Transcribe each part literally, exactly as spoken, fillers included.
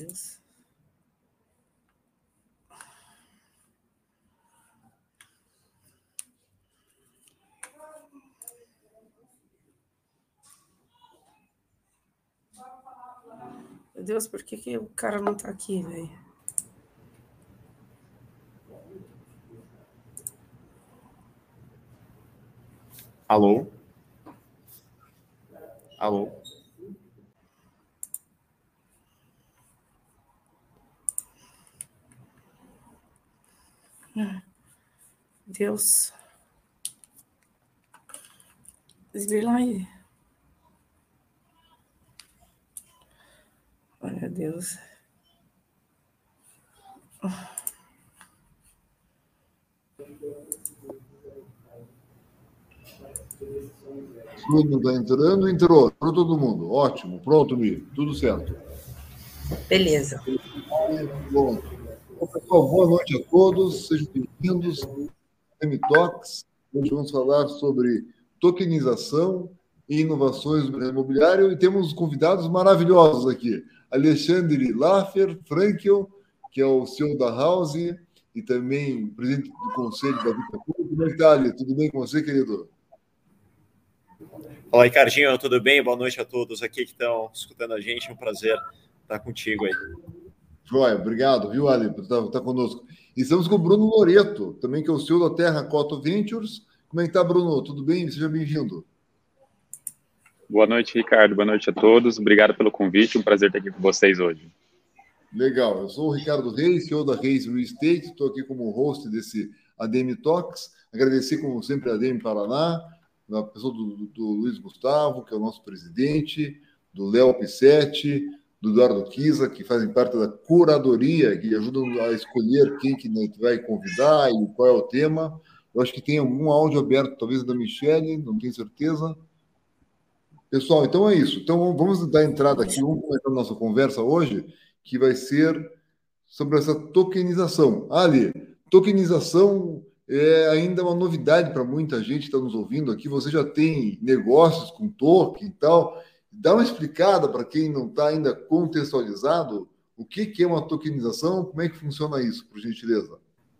Deus. Meu Deus, por que, que o cara não tá aqui, velho? Alô? Alô? Deus. Slide. Ai, meu Deus. Tudo está entrando, entrou. Entrou todo mundo. Ótimo. Pronto, Mi. Tudo certo. Beleza. Bom. Bom, pessoal, boa noite a todos. Sejam bem-vindos ao M-Talks. Hoje vamos falar sobre tokenização e inovações do mercado imobiliário. E temos convidados maravilhosos aqui. Alexandre Laffer Frankel, que é o C E O da House e também presidente do conselho da Vitacura. Como é que está, Ali? Tudo bem com você, querido? Olá, Ricardinho, tudo bem? Boa noite a todos aqui que estão escutando a gente. É um prazer estar contigo aí. Joia, obrigado, viu, Ali, por estar, estar conosco. E estamos com o Bruno Loreto, também que é o C E O da Terra Coto Ventures. Como é que está, Bruno? Tudo bem? Seja bem-vindo. Boa noite, Ricardo. Boa noite a todos. Obrigado pelo convite. Um prazer estar aqui com vocês hoje. Legal. Eu sou o Ricardo Reis, C E O da Reis Real Estate. Estou aqui como host desse A D M Talks. Agradecer, como sempre, a A D M Paraná, a pessoa do, do, do Luiz Gustavo, que é o nosso presidente, do Léo Pissetti, do Eduardo Kisa, que fazem parte da curadoria, que ajudam a escolher quem que vai convidar e qual é o tema. Eu acho que tem algum áudio aberto, talvez da Michelle, não tenho certeza. Pessoal, então é isso. Então vamos dar entrada aqui, vamos começar a nossa conversa hoje, que vai ser sobre essa tokenização. Ali, tokenização é ainda uma novidade para muita gente que está nos ouvindo aqui. Você já tem negócios com token e tal. Dá uma explicada para quem não está ainda contextualizado o que, que é uma tokenização, como é que funciona isso, por gentileza.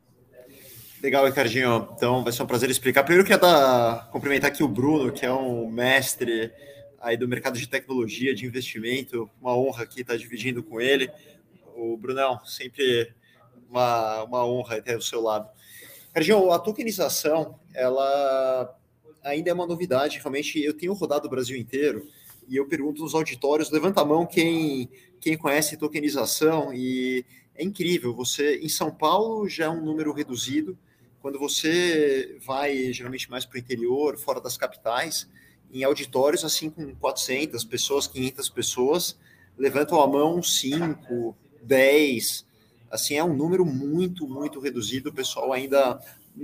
Legal, Ricardinho. Então, vai ser um prazer explicar. Primeiro, eu queria dar, cumprimentar aqui o Bruno, que é um mestre aí do mercado de tecnologia, de investimento. Uma honra aqui estar dividindo com ele. O Brunão, sempre uma, uma honra ter ao seu lado. Ricardinho, a tokenização, ela ainda é uma novidade. Realmente, eu tenho rodado o Brasil inteiro e eu pergunto nos auditórios, levanta a mão quem, quem conhece tokenização, e é incrível. Você, em São Paulo, já é um número reduzido. Quando você vai, geralmente, mais para o interior, fora das capitais, em auditórios, assim, com quatrocentas pessoas, quinhentas pessoas, levantam a mão cinco, dez, assim, é um número muito, muito reduzido. O pessoal ainda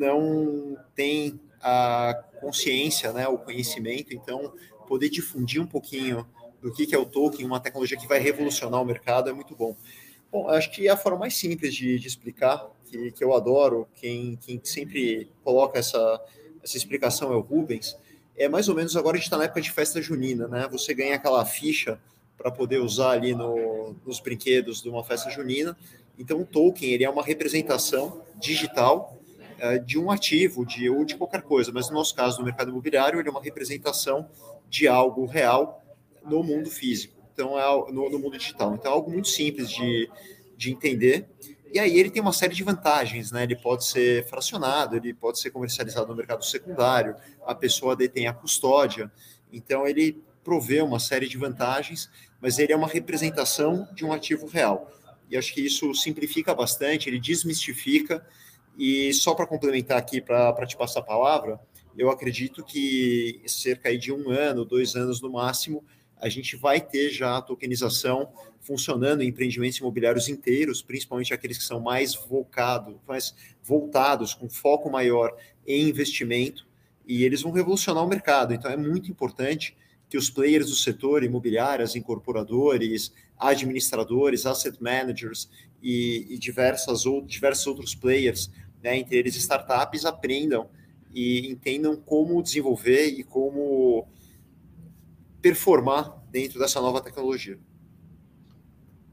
não tem a consciência, né, o conhecimento, então poder difundir um pouquinho do que é o token, uma tecnologia que vai revolucionar o mercado, é muito bom. Bom, acho que a forma mais simples de, de explicar, que, que eu adoro, quem, quem sempre coloca essa, essa explicação é o Rubens, é mais ou menos, agora a gente está na época de festa junina, né? Você ganha aquela ficha para poder usar ali no, nos brinquedos de uma festa junina. Então, o token, ele é uma representação digital uh, de um ativo, de, ou de qualquer coisa, mas no nosso caso, no mercado imobiliário, ele é uma representação de algo real no mundo físico, então é no, no mundo digital. Então é algo muito simples de, de entender. E aí ele tem uma série de vantagens, né? Ele pode ser fracionado, ele pode ser comercializado no mercado secundário, a pessoa detém a custódia, então ele provê uma série de vantagens, mas ele é uma representação de um ativo real. E acho que isso simplifica bastante, ele desmistifica. E só para complementar aqui, para te passar a palavra, eu acredito que cerca de um ano, dois anos no máximo, a gente vai ter já a tokenização funcionando em empreendimentos imobiliários inteiros, principalmente aqueles que são mais voltados, mais voltados, com foco maior em investimento, e eles vão revolucionar o mercado. Então é muito importante que os players do setor, imobiliários, incorporadores, administradores, asset managers e, e diversas ou, diversos outros players, né, entre eles startups, aprendam e entendam como desenvolver e como performar dentro dessa nova tecnologia.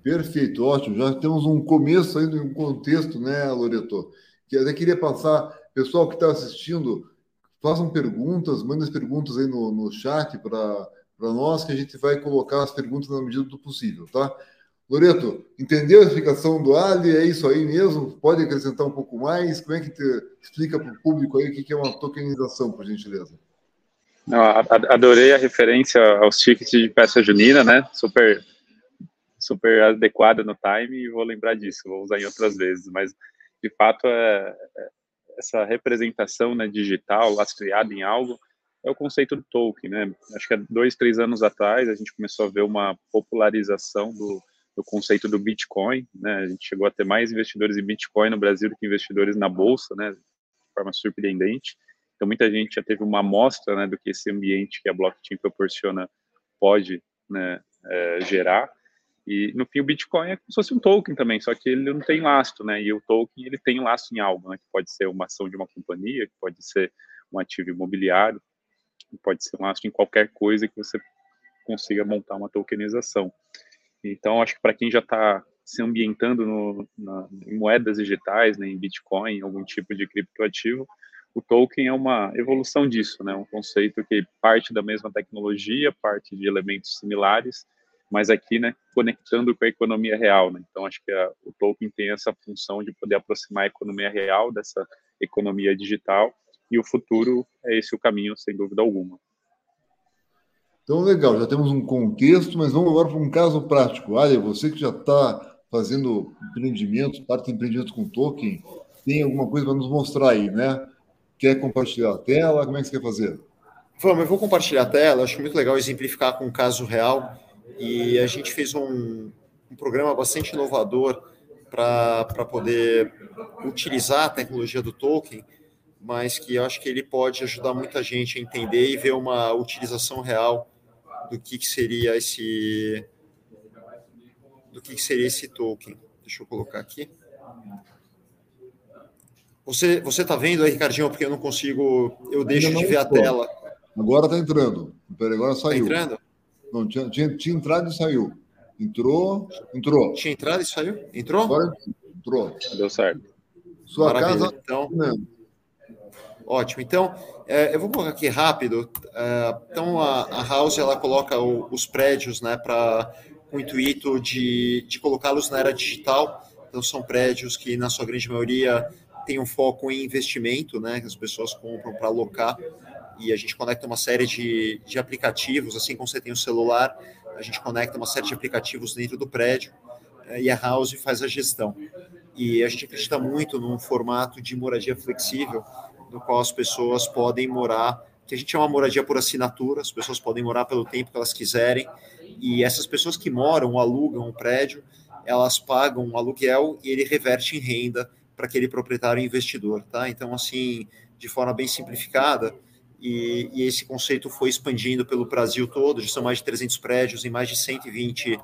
Perfeito, ótimo. Já temos um começo aí, um contexto, né, Loreto? Que eu até queria passar, pessoal que está assistindo, façam perguntas, mandem as perguntas aí no, no chat para para nós, que a gente vai colocar as perguntas na medida do possível, tá? Loreto, entendeu a explicação do Ali? É isso aí mesmo? Pode acrescentar um pouco mais? Como é que te explica para o público aí o que é uma tokenização, por gentileza? Não, adorei a referência aos tickets de festa junina, né? Super, super adequada no time, e vou lembrar disso, vou usar em outras vezes, mas de fato é, é essa representação, né, digital, lastreada em algo, é o conceito do token, né? Acho que há dois, três anos atrás a gente começou a ver uma popularização do, do conceito do Bitcoin, né? A gente chegou a ter mais investidores em Bitcoin no Brasil do que investidores na Bolsa, né? De forma surpreendente. Então, muita gente já teve uma amostra, né, do que esse ambiente que a blockchain proporciona pode, né, é, gerar. E, no fim, o Bitcoin é como se fosse um token também, só que ele não tem lastro, né? E o token, ele tem lastro em algo, né? Que pode ser uma ação de uma companhia, que pode ser um ativo imobiliário, pode ser um lastro em qualquer coisa que você consiga montar uma tokenização. Então, acho que para quem já está se ambientando no, na, em moedas digitais, né, em Bitcoin, algum tipo de criptoativo, o token é uma evolução disso, né? Um conceito que parte da mesma tecnologia, parte de elementos similares, mas aqui, né, conectando com a economia real, né? Então, acho que a, o token tem essa função de poder aproximar a economia real dessa economia digital, e o futuro é esse o caminho, sem dúvida alguma. Então, legal, já temos um contexto, mas vamos agora para um caso prático. Olha, você que já está fazendo empreendimentos, parte de empreendimentos com token, tem alguma coisa para nos mostrar aí, né? Quer compartilhar a tela? Como é que você quer fazer? Vamos, eu vou compartilhar a tela, acho muito legal exemplificar com um caso real, e a gente fez um, um programa bastante inovador para poder utilizar a tecnologia do token, mas que eu acho que ele pode ajudar muita gente a entender e ver uma utilização real do que, que seria esse do que, que seria esse token. Deixa eu colocar aqui. Você você está vendo aí, Ricardinho, porque eu não consigo, eu deixo de ver a tela. Agora está entrando. Peraí, agora saiu. Está entrando? Não, tinha, tinha, tinha entrado e saiu. Entrou, entrou. Tinha entrado e saiu? Entrou? Agora entrou. Deu certo. Sua Maravilha. casa... Então, ótimo. Então, é, eu vou colocar aqui rápido. É, então, a, a House, ela coloca o, os prédios, né, para com o intuito de, de colocá-los na era digital. Então, são prédios que, na sua grande maioria, têm um foco em investimento, né, que as pessoas compram para alocar. E a gente conecta uma série de, de aplicativos, assim como você tem o celular, a gente conecta uma série de aplicativos dentro do prédio, é, e a House faz a gestão. E a gente acredita muito num formato de moradia flexível, no qual as pessoas podem morar, que a gente chama moradia por assinatura, as pessoas podem morar pelo tempo que elas quiserem, e essas pessoas que moram, alugam um prédio, elas pagam um aluguel e ele reverte em renda para aquele proprietário investidor, tá? Então, assim, de forma bem simplificada, e, e esse conceito foi expandindo pelo Brasil todo, já são mais de trezentos prédios em mais de cento e vinte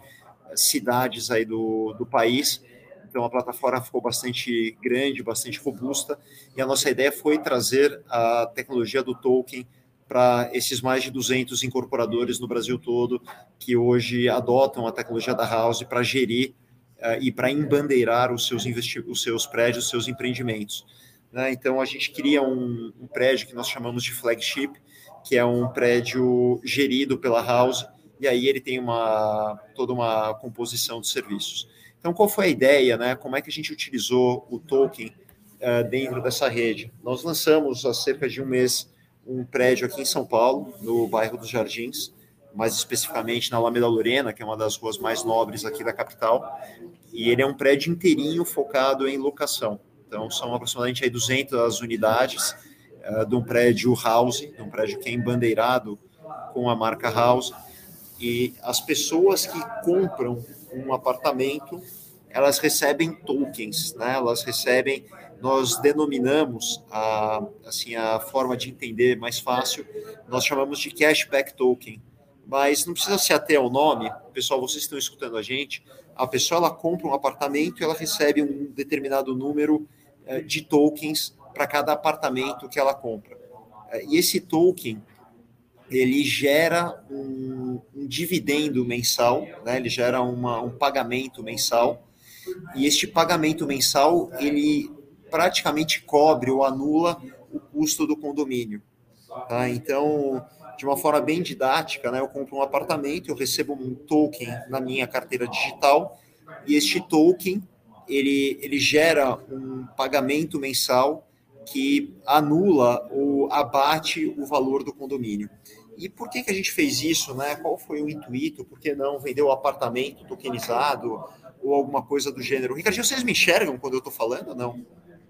cidades aí do, do país. Então, a plataforma ficou bastante grande, bastante robusta, e a nossa ideia foi trazer a tecnologia do token para esses mais de duzentos incorporadores no Brasil todo, que hoje adotam a tecnologia da House para gerir uh, e para embandeirar os seus, investi- os seus prédios, os seus empreendimentos. Né? Então, a gente cria um, um prédio que nós chamamos de flagship, que é um prédio gerido pela House, e aí ele tem uma, toda uma composição de serviços. Então, qual foi a ideia, né? Como é que a gente utilizou o token uh, dentro dessa rede? Nós lançamos há cerca de um mês um prédio aqui em São Paulo, no bairro dos Jardins, mais especificamente na Alameda Lorena, que é uma das ruas mais nobres aqui da capital, e ele é um prédio inteirinho focado em locação. Então, são aproximadamente aí duzentas unidades uh, de um prédio House, de um prédio que é embandeirado com a marca House, e as pessoas que compram um apartamento, elas recebem tokens, né? Elas recebem, nós denominamos a, assim, a forma de entender mais fácil, nós chamamos de cashback token, mas não precisa se ater ao nome, pessoal, vocês estão escutando a gente, a pessoa ela compra um apartamento e ela recebe um determinado número uh, de tokens para cada apartamento que ela compra. Uh, e esse token, ele gera um, um dividendo mensal, né? Ele gera uma, um pagamento mensal, e este pagamento mensal, ele praticamente cobre ou anula o custo do condomínio. Tá? Então, de uma forma bem didática, né, eu compro um apartamento, eu recebo um token na minha carteira digital, e este token, ele, ele gera um pagamento mensal que anula ou abate o valor do condomínio. E por que, que a gente fez isso, né? Qual foi o intuito? Por que não vender o apartamento tokenizado ou alguma coisa do gênero? Ricardinho, vocês me enxergam quando eu estou falando ou não?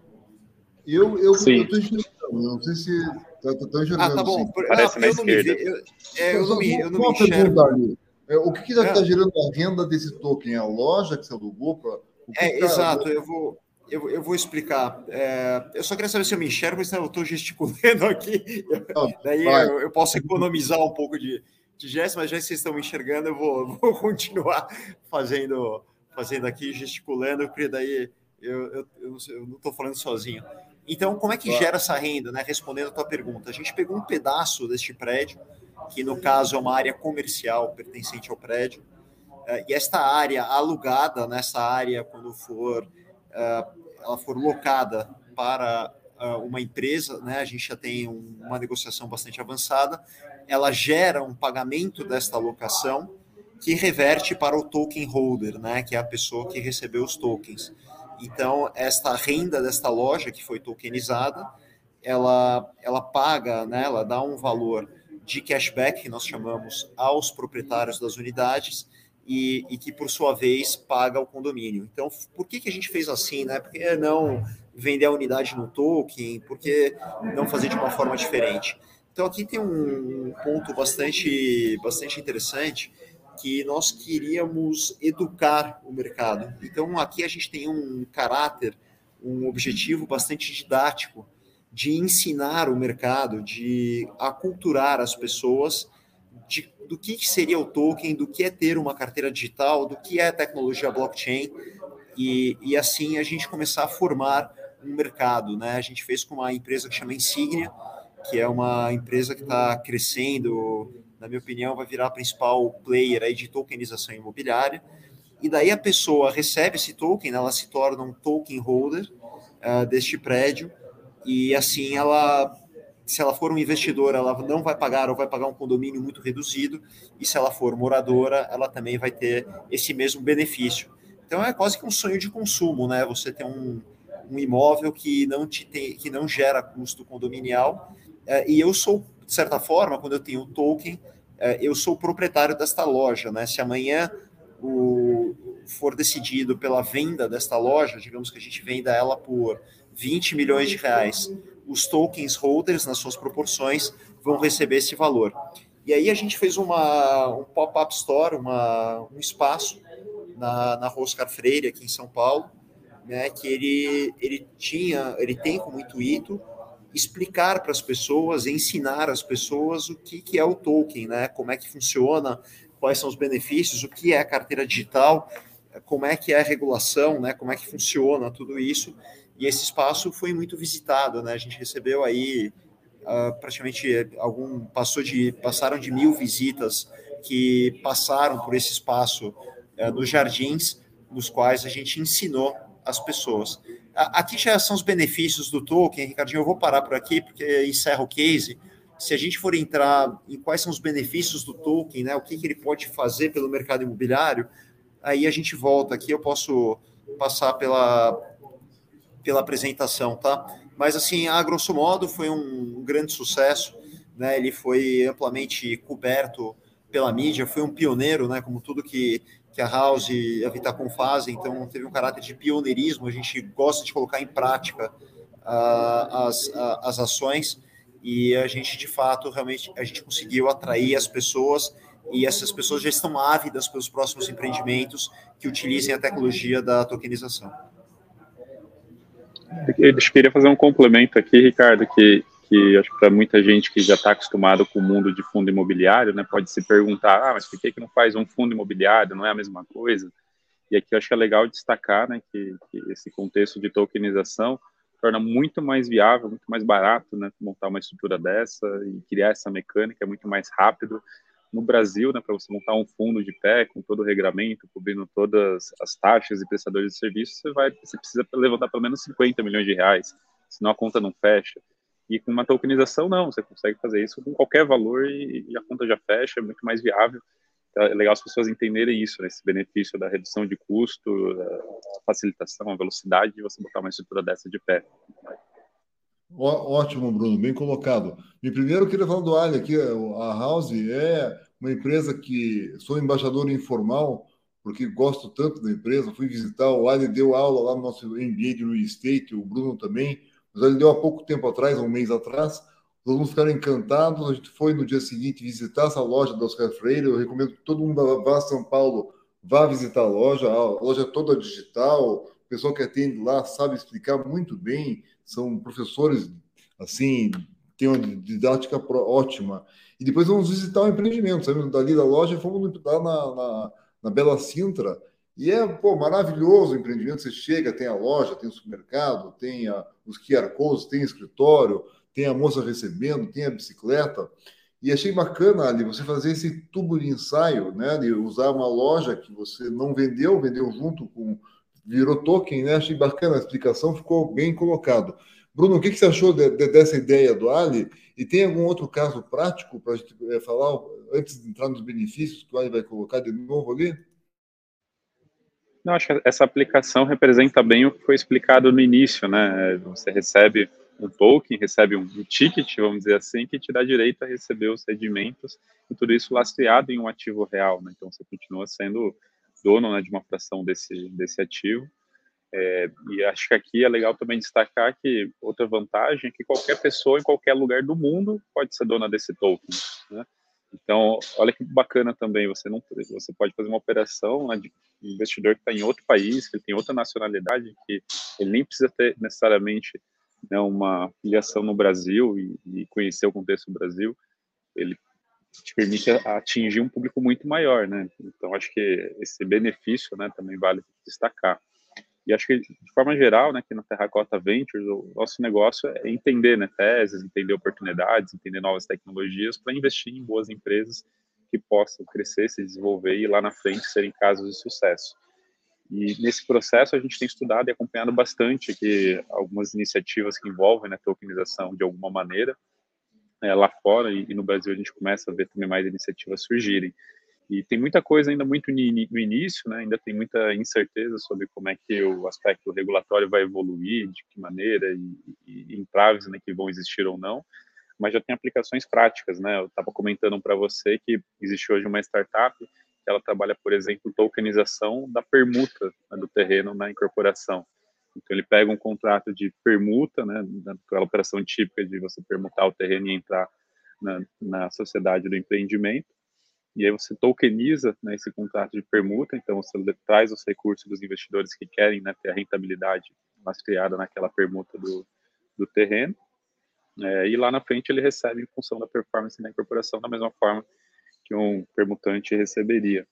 Eu eu estou enxergando, não sei se está enxergando. Ah, tá bom. Sim. Por, Parece ah, na eu não me esquerda. ve, eu, é, eu, não me, eu não me Uma enxergo. pergunta ali. É, o que está É. gerando a renda desse token? É a loja que você alugou para. É, tá... exato, eu vou, eu, eu vou explicar. É, eu só queria saber se eu me enxergo, senão eu estou gesticulando aqui. Não, Daí vai. eu, eu posso economizar um pouco de, de gesto, mas já que vocês estão me enxergando, eu vou, vou continuar fazendo, fazendo aqui, gesticulando, porque daí eu, eu, eu não estou falando sozinho. Então, como é que gera essa renda, né? Respondendo a tua pergunta, a gente pegou um pedaço deste prédio, que no caso é uma área comercial pertencente ao prédio, e esta área alugada, nessa área, quando for, ela for locada para uma empresa, né, a gente já tem uma negociação bastante avançada, ela gera um pagamento desta alocação que reverte para o token holder, né, que é a pessoa que recebeu os tokens. Então, esta renda desta loja que foi tokenizada, ela, ela paga, né, ela dá um valor de cashback, que nós chamamos, aos proprietários das unidades, e, e que, por sua vez, paga o condomínio. Então, por que, que a gente fez assim, né? Por que não vender a unidade no token? Por que não fazer de uma forma diferente? Então, aqui tem um ponto bastante, bastante interessante, que nós queríamos educar o mercado. Então, aqui a gente tem um caráter, um objetivo bastante didático de ensinar o mercado, de aculturar as pessoas de, do que seria o token, do que é ter uma carteira digital, do que é tecnologia blockchain, e, e assim a gente começar a formar um mercado, né? A gente fez com uma empresa que chama Insignia, que é uma empresa que está crescendo, na minha opinião, vai virar a principal player aí de tokenização imobiliária, e daí a pessoa recebe esse token, ela se torna um token holder uh, deste prédio, e assim ela, se ela for um investidor, ela não vai pagar ou vai pagar um condomínio muito reduzido, e se ela for moradora, ela também vai ter esse mesmo benefício. Então é quase que um sonho de consumo, né? Você tem um, um imóvel que não, te tem, que não gera custo condominial, é, e eu sou, de certa forma, quando eu tenho o token, é, eu sou o proprietário desta loja, né? Se amanhã o, for decidido pela venda desta loja, digamos que a gente venda ela por vinte milhões de reais, os tokens holders, nas suas proporções, vão receber esse valor. E aí a gente fez uma, um pop-up store, uma, um espaço na, na Rua Oscar Freire, aqui em São Paulo, né, que ele, ele, tinha, ele tem como intuito explicar para as pessoas, ensinar as pessoas o que, que é o token, né, como é que funciona, quais são os benefícios, o que é a carteira digital, como é que é a regulação, né, como é que funciona tudo isso. E esse espaço foi muito visitado, né? A gente recebeu aí uh, praticamente algum passou de passaram de mil visitas que passaram por esse espaço uh, dos jardins, nos quais a gente ensinou as pessoas. Uh, aqui já são os benefícios do token, Ricardinho. Eu vou parar por aqui porque encerra o case. Se a gente for entrar em quais são os benefícios do token, né? O que, que ele pode fazer pelo mercado imobiliário, aí a gente volta aqui. Eu posso passar pela pela apresentação, tá? Mas, assim, a grosso modo, foi um grande sucesso, né? Ele foi amplamente coberto pela mídia, foi um pioneiro, né? Como tudo que, que a House e a Vitacom fazem, então teve um caráter de pioneirismo, a gente gosta de colocar em prática uh, as, uh, as ações, e a gente, de fato, realmente, a gente conseguiu atrair as pessoas, e essas pessoas já estão ávidas pelos próximos empreendimentos que utilizem a tecnologia da tokenização. Eu queria fazer um complemento aqui, Ricardo, que, que acho que para muita gente que já está acostumado com o mundo de fundo imobiliário, né, pode se perguntar, ah, mas por que, que não faz um fundo imobiliário, não é a mesma coisa? E aqui eu acho que é legal destacar, né, que, que esse contexto de tokenização torna muito mais viável, muito mais barato, né, montar uma estrutura dessa e criar essa mecânica, é muito mais rápido. No Brasil, né, para você montar um fundo de pé com todo o regramento, cobrindo todas as taxas e prestadores de serviços, você vai, você precisa levantar pelo menos cinquenta milhões de reais, senão a conta não fecha. E com uma tokenização, não, você consegue fazer isso com qualquer valor e, e a conta já fecha, é muito mais viável. Então, é legal as pessoas entenderem isso, né, esse benefício da redução de custo, a facilitação, a velocidade de você botar uma estrutura dessa de pé. Ó- Ótimo, Bruno, bem colocado. E primeiro eu queria falar do Ali aqui. A House é uma empresa que sou embaixador informal, porque gosto tanto da empresa. Fui visitar, o Ali deu aula lá no nosso M B A de Real Estate, o Bruno também, mas ele deu há pouco tempo atrás, um mês atrás. Os alunos ficaram encantados. A gente foi no dia seguinte visitar essa loja do Oscar Freire. Eu recomendo que todo mundo vá a São Paulo, vá visitar a loja. A loja é toda digital, o pessoal que atende lá sabe explicar muito bem, são professores, assim, têm uma didática ótima. E depois vamos visitar o empreendimento, saímos dali da loja e fomos lá na, na, na Bela Sintra, e é, pô, maravilhoso o empreendimento. Você chega, tem a loja, tem o supermercado, tem a, os Q R Codes, tem escritório, tem a moça recebendo, tem a bicicleta. E achei bacana ali você fazer esse tubo de ensaio, né, de usar uma loja que você não vendeu, vendeu junto com, virou token, né? Achei bacana a explicação, ficou bem colocado. Bruno, o que, que você achou de, de, dessa ideia do Ali? E tem algum outro caso prático para a gente é, falar, antes de entrar nos benefícios que o Ali vai colocar de novo ali? Não, acho que essa aplicação representa bem o que foi explicado no início, né? Você recebe um token, recebe um ticket, vamos dizer assim, que te dá direito a receber os rendimentos e tudo isso lastreado em um ativo real, né? Então você continua sendo dono, né, de uma fração desse, desse ativo. É, e acho que aqui é legal também destacar que outra vantagem é que qualquer pessoa em qualquer lugar do mundo pode ser dona desse token, né? Então, olha que bacana também, você não, você pode fazer uma operação, né, de um investidor que está em outro país, que tem outra nacionalidade, que ele nem precisa ter necessariamente, né, uma filiação no Brasil e, e conhecer o contexto do Brasil, ele te permite atingir um público muito maior, né? Então, acho que esse benefício, né, também vale destacar. E acho que, de forma geral, né, aqui na Terracota Ventures, o nosso negócio é entender, né, teses, entender oportunidades, entender novas tecnologias para investir em boas empresas que possam crescer, se desenvolver e lá na frente serem casos de sucesso. E nesse processo a gente tem estudado e acompanhado bastante aqui algumas iniciativas que envolvem, né, tokenização de alguma maneira, é, lá fora e, e no Brasil a gente começa a ver também mais iniciativas surgirem. E tem muita coisa ainda muito no início, né? Ainda tem muita incerteza sobre como é que o aspecto regulatório vai evoluir, de que maneira, e, e entraves, né, que vão existir ou não, mas já tem aplicações práticas, né? Eu estava comentando para você que existe hoje uma startup que ela trabalha, por exemplo, tokenização da permuta, né, do terreno na incorporação. Então ele pega um contrato de permuta, né, aquela operação típica de você permutar o terreno e entrar na, na sociedade do empreendimento, e aí você tokeniza, né, esse contrato de permuta, então você traz os recursos dos investidores que querem, né, ter a rentabilidade lastreada naquela permuta do, do terreno, é, e lá na frente ele recebe em função da performance da incorporação da mesma forma que um permutante receberia.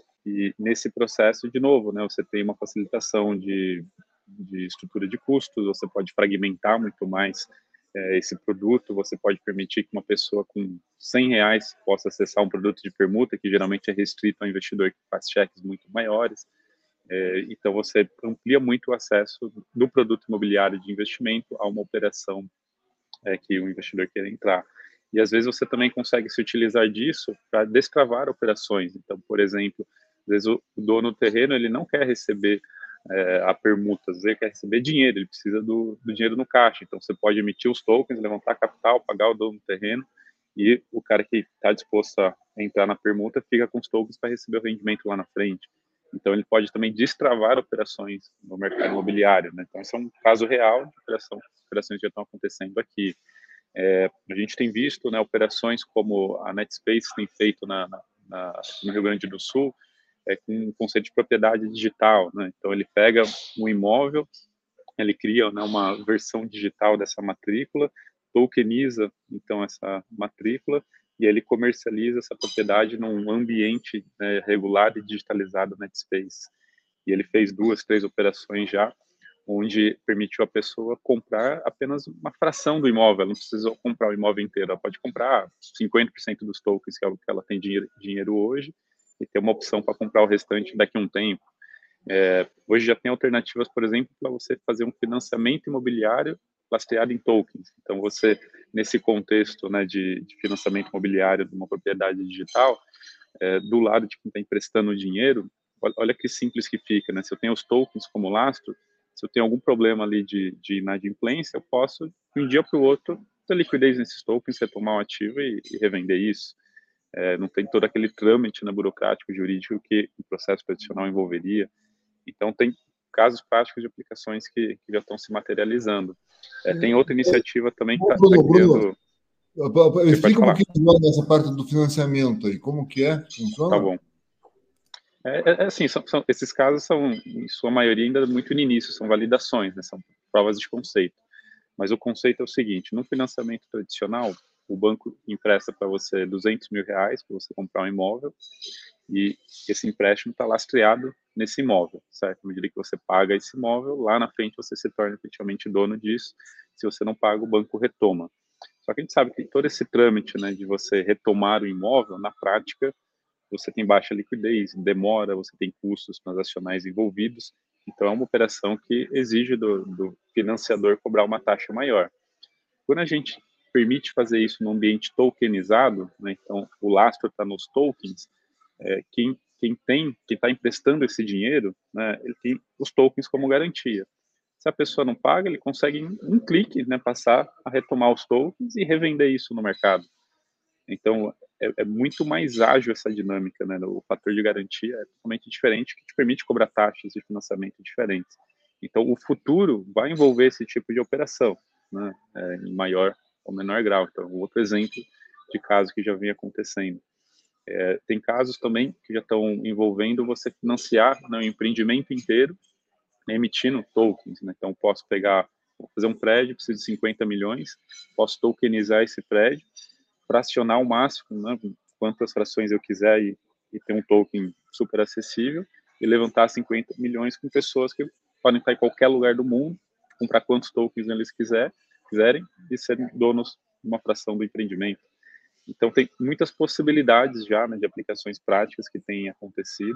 E nesse processo, de novo, né, você tem uma facilitação de, de estrutura de custos, você pode fragmentar muito mais é, esse produto, você pode permitir que uma pessoa com cem reais possa acessar um produto de permuta, que geralmente é restrito ao investidor que faz cheques muito maiores. É, então, você amplia muito o acesso do produto imobiliário de investimento a uma operação é, que o investidor quer entrar. E, às vezes, você também consegue se utilizar disso para destravar operações. Então, por exemplo, às vezes o dono do terreno ele não quer receber é, a permuta, às vezes ele quer receber dinheiro, ele precisa do, do dinheiro no caixa. Então, você pode emitir os tokens, levantar capital, pagar o dono do terreno, e o cara que está disposto a entrar na permuta fica com os tokens para receber o rendimento lá na frente. Então, ele pode também destravar operações no mercado imobiliário, né? Então, esse é um caso real de operação, operações que já estão acontecendo aqui. É, a gente tem visto, né, operações como a Netspace tem feito na, na, na, no Rio Grande do Sul, é, com um conceito de propriedade digital, né? Então, ele pega um imóvel, ele cria, né, uma versão digital dessa matrícula, tokeniza, então, essa matrícula, e ele comercializa essa propriedade num ambiente, né, regular e digitalizado Netspace. E ele fez duas, três operações já, onde permitiu a pessoa comprar apenas uma fração do imóvel, ela não precisou comprar o imóvel inteiro, ela pode comprar cinquenta por cento dos tokens que ela tem dinheiro, dinheiro hoje e ter uma opção para comprar o restante daqui a um tempo. É, hoje já tem alternativas, por exemplo, para você fazer um financiamento imobiliário lastreado em tokens. Então, você, nesse contexto, né, de, de financiamento imobiliário de uma propriedade digital, é, do lado de quem está emprestando o dinheiro, olha, olha que simples que fica, né? Se eu tenho os tokens como lastro, se eu tenho algum problema ali de, de inadimplência, eu posso, de um dia para o outro, ter liquidez nesses tokens, retomar o ativo e, e revender isso. É, não tem todo aquele trâmite, né, burocrático, jurídico que o processo tradicional envolveria. Então, tem casos práticos de aplicações que, que já estão se materializando. É, tem outra iniciativa também que está tá criando... Bruno, explica um pouquinho nessa parte do financiamento aí, como que é? Funciona? Tá bom. É, é assim, são, são, esses casos são, em sua maioria, ainda muito no início, são validações, né, são provas de conceito. Mas o conceito é o seguinte, no financiamento tradicional, o banco empresta para você duzentos mil reais para você comprar um imóvel e esse empréstimo está lastreado nesse imóvel, certo? À medida que você paga esse imóvel, lá na frente você se torna efetivamente dono disso. Se você não paga, o banco retoma. Só que a gente sabe que todo esse trâmite, né, de você retomar o imóvel, na prática, você tem baixa liquidez, demora, você tem custos transacionais envolvidos, então é uma operação que exige do, do financiador cobrar uma taxa maior. Quando a gente permite fazer isso num ambiente tokenizado, né, então o lastro está nos tokens, é, quem, quem tem, quem está emprestando esse dinheiro, né, ele tem os tokens como garantia. Se a pessoa não paga, ele consegue em um clique, né, passar a retomar os tokens e revender isso no mercado. Então, é, é muito mais ágil essa dinâmica, né? O fator de garantia é totalmente diferente, que te permite cobrar taxas de financiamento diferentes. Então, o futuro vai envolver esse tipo de operação, né? É, em maior ou menor grau. Então, outro exemplo de caso que já vem acontecendo. É, tem casos também que já estão envolvendo você financiar, né, o empreendimento inteiro, emitindo tokens, né? Então, posso pegar, vou fazer um prédio, preciso de cinquenta milhões, posso tokenizar esse prédio, fracionar ao máximo, né, quantas frações eu quiser e, e ter um token super acessível e levantar cinquenta milhões com pessoas que podem estar em qualquer lugar do mundo, comprar quantos tokens eles quiser, quiserem e serem donos de uma fração do empreendimento. Então, tem muitas possibilidades já, né, de aplicações práticas que têm acontecido,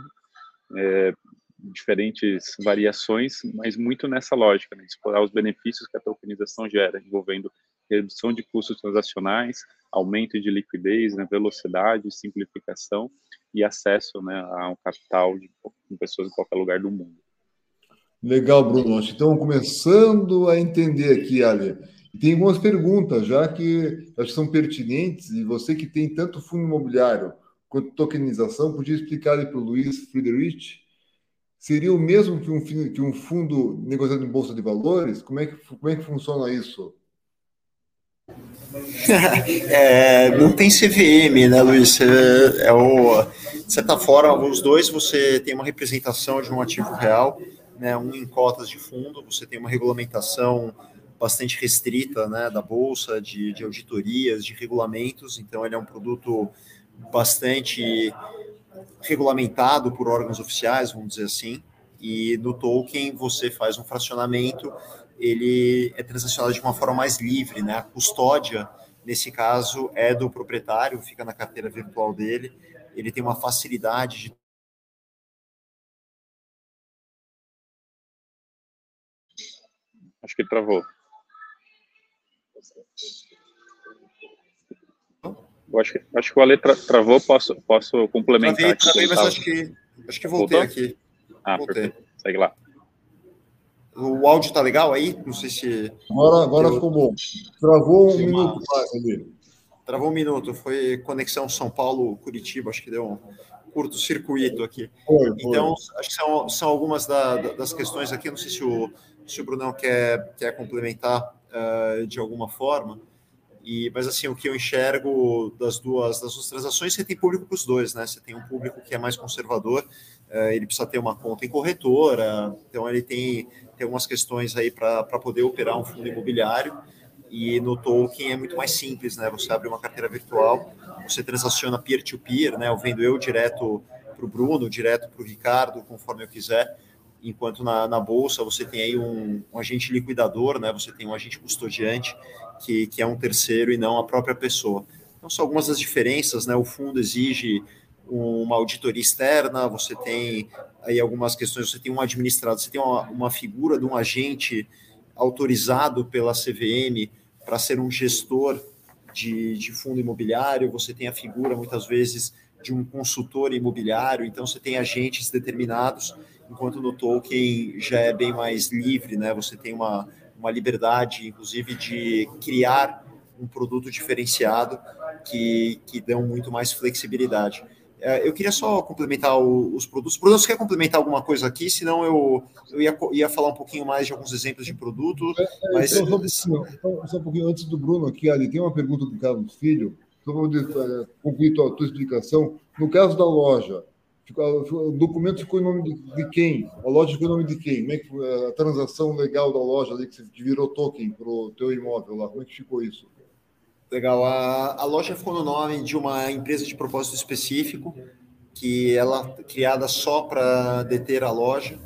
é, diferentes variações, mas muito nessa lógica, né, de explorar os benefícios que a tokenização gera, envolvendo redução de custos transacionais, aumento de liquidez, né, velocidade, simplificação e acesso, né, ao capital de, de pessoas em qualquer lugar do mundo. Legal, Bruno. Acho que estamos começando a entender aqui, Ale. E tem algumas perguntas já que acho que são pertinentes, e você que tem tanto fundo imobiliário quanto tokenização, podia explicar ali para o Luiz Friedrich? Seria o mesmo que um, que um fundo negociado em bolsa de valores? Como é que, como é que funciona isso? É, não tem C V M, né, Luiz? É, é o, de certa forma, os dois você tem uma representação de um ativo real, né, um em cotas de fundo, você tem uma regulamentação bastante restrita, né, da bolsa, de, de auditorias, de regulamentos, então ele é um produto bastante regulamentado por órgãos oficiais, vamos dizer assim, e no token você faz um fracionamento, ele é transacionado de uma forma mais livre, né? A custódia, nesse caso, é do proprietário, fica na carteira virtual dele, ele tem uma facilidade de... Acho que travou. Eu acho que, acho que o Ale tra travou, posso, posso complementar? Travei, aqui, travei, mas tava... acho que, acho que voltei Voltou? aqui. Ah, voltei. Perfeito. Segue lá. O áudio tá legal aí? Não sei se... Agora, agora eu... ficou bom. Travou um Deu minuto uma... mais ali. Travou um minuto. Foi conexão São Paulo-Curitiba, acho que deu um curto-circuito aqui. Foi, foi. Então, acho que são, são algumas da, das questões aqui. Não sei se o, se o Brunão quer, quer complementar uh, de alguma forma. E, mas, assim, o que eu enxergo das duas, das duas transações, você tem público para os dois, né? Você tem um público que é mais conservador, uh, ele precisa ter uma conta em corretora, então ele tem, tem algumas questões aí para poder operar um fundo imobiliário. E no token é muito mais simples, né? Você abre uma carteira virtual, você transaciona peer-to-peer, né? Eu vendo eu direto para o Bruno, direto para o Ricardo, conforme eu quiser. enquanto na, na Bolsa você tem aí um, um agente liquidador, né? Você tem um agente custodiante, que, que é um terceiro e não a própria pessoa. Então, são algumas das diferenças, né? O fundo exige uma auditoria externa, você tem aí algumas questões, você tem um administrador, você tem uma, uma figura de um agente autorizado pela C V M para ser um gestor de, de fundo imobiliário, você tem a figura, muitas vezes, de um consultor imobiliário, então você tem agentes determinados, enquanto no token já é bem mais livre, né? Você tem uma, uma liberdade, inclusive, de criar um produto diferenciado que, que dão muito mais flexibilidade. Eu queria só complementar o, os produtos. Bruno, você quer complementar alguma coisa aqui? Senão eu, eu ia, ia falar um pouquinho mais de alguns exemplos de produto. É, é, mas... só, só, um pouquinho, só um pouquinho antes do Bruno aqui, Ali, tem uma pergunta do Carlos Filho, só para poder concluir a tua explicação. No caso da loja, o documento ficou em nome de, de quem? A loja ficou em nome de quem? Como é que foi a transação legal da loja ali, que virou token para o teu imóvel lá? Como é que ficou isso? Legal. A, a loja ficou no nome de uma empresa de propósito específico, que ela criada só para deter a loja.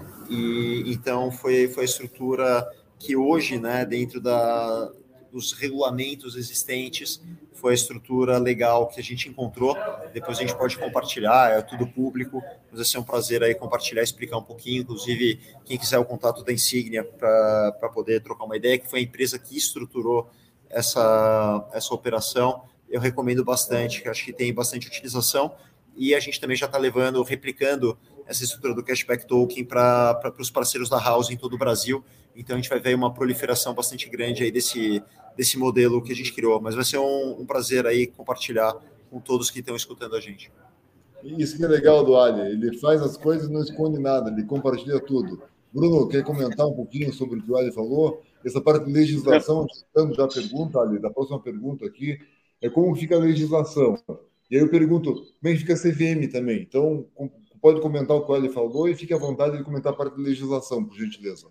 E então foi, foi a estrutura que hoje, né, dentro da, dos regulamentos existentes, foi a estrutura legal que a gente encontrou. Depois a gente pode compartilhar, é tudo público, mas vai ser um prazer aí compartilhar, explicar um pouquinho, inclusive quem quiser o contato da Insignia para poder trocar uma ideia, que foi a empresa que estruturou essa, essa operação. Eu recomendo bastante, que acho que tem bastante utilização, e a gente também já está levando, replicando essa estrutura do Cashback Token para os parceiros da House em todo o Brasil. Então, a gente vai ver uma proliferação bastante grande aí desse, desse modelo que a gente criou. Mas vai ser um, um prazer aí compartilhar com todos que estão escutando a gente. Isso que é legal do Ali. Ele faz as coisas e não esconde nada, ele compartilha tudo. Bruno, quer comentar um pouquinho sobre o que o Ali falou? Essa parte de legislação, dando já a pergunta, Ali, da próxima pergunta aqui, é como fica a legislação. E aí eu pergunto, como é que fica a C V M também? Então, pode comentar o que o Ali falou e fique à vontade de comentar a parte de legislação, por gentileza.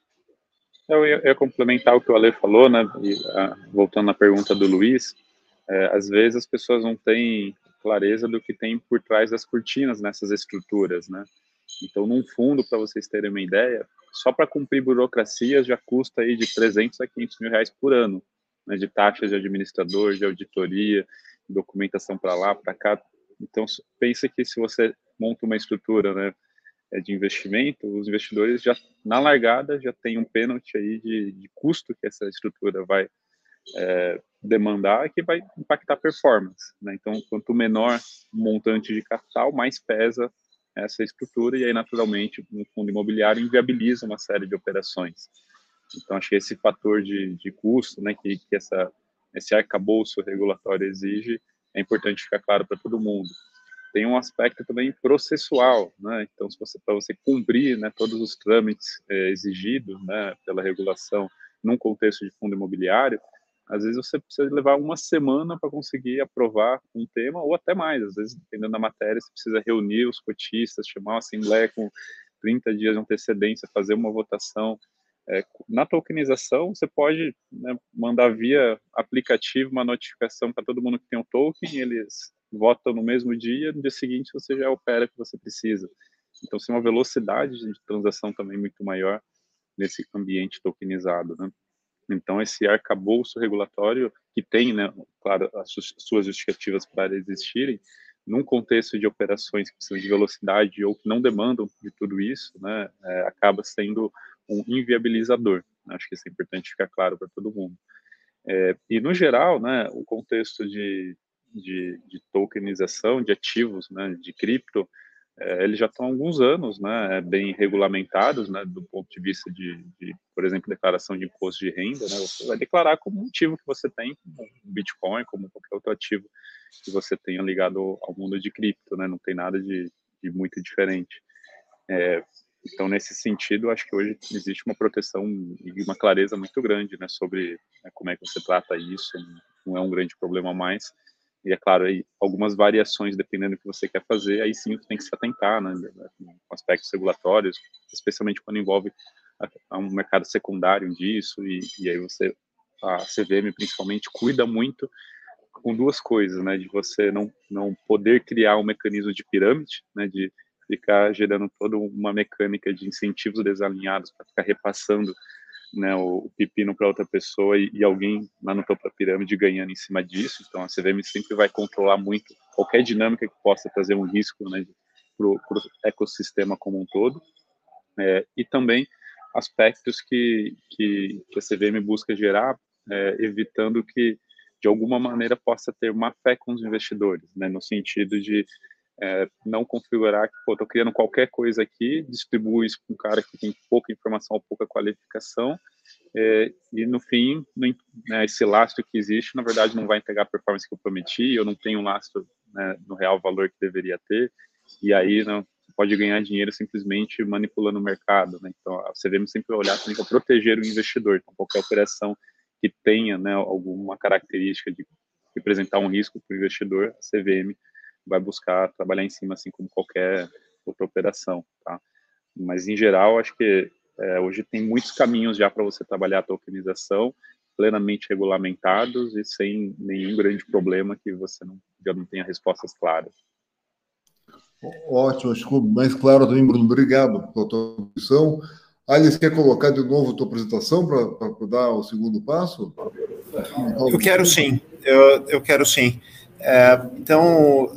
Eu ia, eu ia complementar o que o Ale falou, né? E, a, voltando à pergunta do Luiz, é, às vezes as pessoas não têm clareza do que tem por trás das cortinas nessas estruturas, né? Então, num fundo, para vocês terem uma ideia, só para cumprir burocracias já custa aí de trezentos a quinhentos mil reais por ano, né? De taxas de administrador, de auditoria, documentação para lá, para cá. Então, pensa que se você monta uma estrutura, né, de investimento, os investidores já, na largada, já tem um pênalti aí de, de custo que essa estrutura vai é, demandar, que vai impactar a performance, né? Então, quanto menor o montante de capital, mais pesa essa estrutura, e aí, naturalmente, um fundo imobiliário inviabiliza uma série de operações. Então, acho que esse fator de, de custo, né, que, que essa, esse arcabouço regulatório exige, é importante ficar claro para todo mundo. Tem um aspecto também processual, né? Então, se você, para você cumprir, né, todos os trâmites é, exigidos, né, pela regulação num contexto de fundo imobiliário, às vezes você precisa levar uma semana para conseguir aprovar um tema, ou até mais. Às vezes, dependendo da matéria, você precisa reunir os cotistas, chamar uma assembleia com trinta dias de antecedência, fazer uma votação. É, na tokenização, você pode, né, mandar via aplicativo uma notificação para todo mundo que tem um token, eles votam no mesmo dia, no dia seguinte você já opera o que você precisa. Então, tem uma velocidade de transação também muito maior nesse ambiente tokenizado, né? Então, esse arcabouço regulatório que tem, né, claro, as suas justificativas para existirem, num contexto de operações que precisam de velocidade ou que não demandam de tudo isso, né, é, acaba sendo um inviabilizador. Acho que isso é importante ficar claro para todo mundo. É, e, no geral, né, o contexto de, de, de tokenização de ativos, né, de cripto, é, eles já estão há alguns anos, né, bem regulamentados, né, do ponto de vista de, de, por exemplo, declaração de imposto de renda, né, você vai declarar como um ativo que você tem, como um Bitcoin, como qualquer outro ativo que você tenha ligado ao mundo de cripto, né, não tem nada de, de muito diferente. É, então, nesse sentido, acho que hoje existe uma proteção e uma clareza muito grande, né, sobre, né, como é que você trata isso, não é um grande problema mais. E, é claro, aí, algumas variações, dependendo do que você quer fazer, aí sim você tem que se atentar, né, com aspectos regulatórios, especialmente quando envolve a, a um mercado secundário disso, e, e aí você, a C V M principalmente, cuida muito com duas coisas, né, de você não, não poder criar um mecanismo de pirâmide, né, de ficar gerando toda uma mecânica de incentivos desalinhados para ficar repassando, né, o, o pepino para outra pessoa e, e alguém lá no topo da pirâmide ganhando em cima disso. Então a C V M sempre vai controlar muito qualquer dinâmica que possa trazer um risco, né, para o ecossistema como um todo, é, e também aspectos que, que, que a C V M busca gerar, é, evitando que de alguma maneira possa ter má fé com os investidores, né, no sentido de é, não configurar que, pô, estou criando qualquer coisa aqui, distribuo isso para um cara que tem pouca informação ou pouca qualificação, é, e no fim, no, né, esse lastro que existe, na verdade, não vai entregar a performance que eu prometi, eu não tenho um lastro, né, no real valor que deveria ter, e aí não, você pode ganhar dinheiro simplesmente manipulando o mercado, né? Então, a C V M sempre vai olhar também para proteger o investidor, então qualquer operação que tenha, né, alguma característica de representar um risco para o investidor, a C V M vai buscar trabalhar em cima, assim como qualquer outra operação, tá? Mas, em geral, acho que é, hoje tem muitos caminhos já para você trabalhar a tokenização, plenamente regulamentados e sem nenhum grande problema que você não, já não tenha respostas claras. Ótimo, acho que ficou mais claro também, Bruno. Obrigado pela tua contribuição. Alice, quer colocar de novo a tua apresentação para dar o segundo passo? Eu quero sim, eu, eu quero sim. É, então,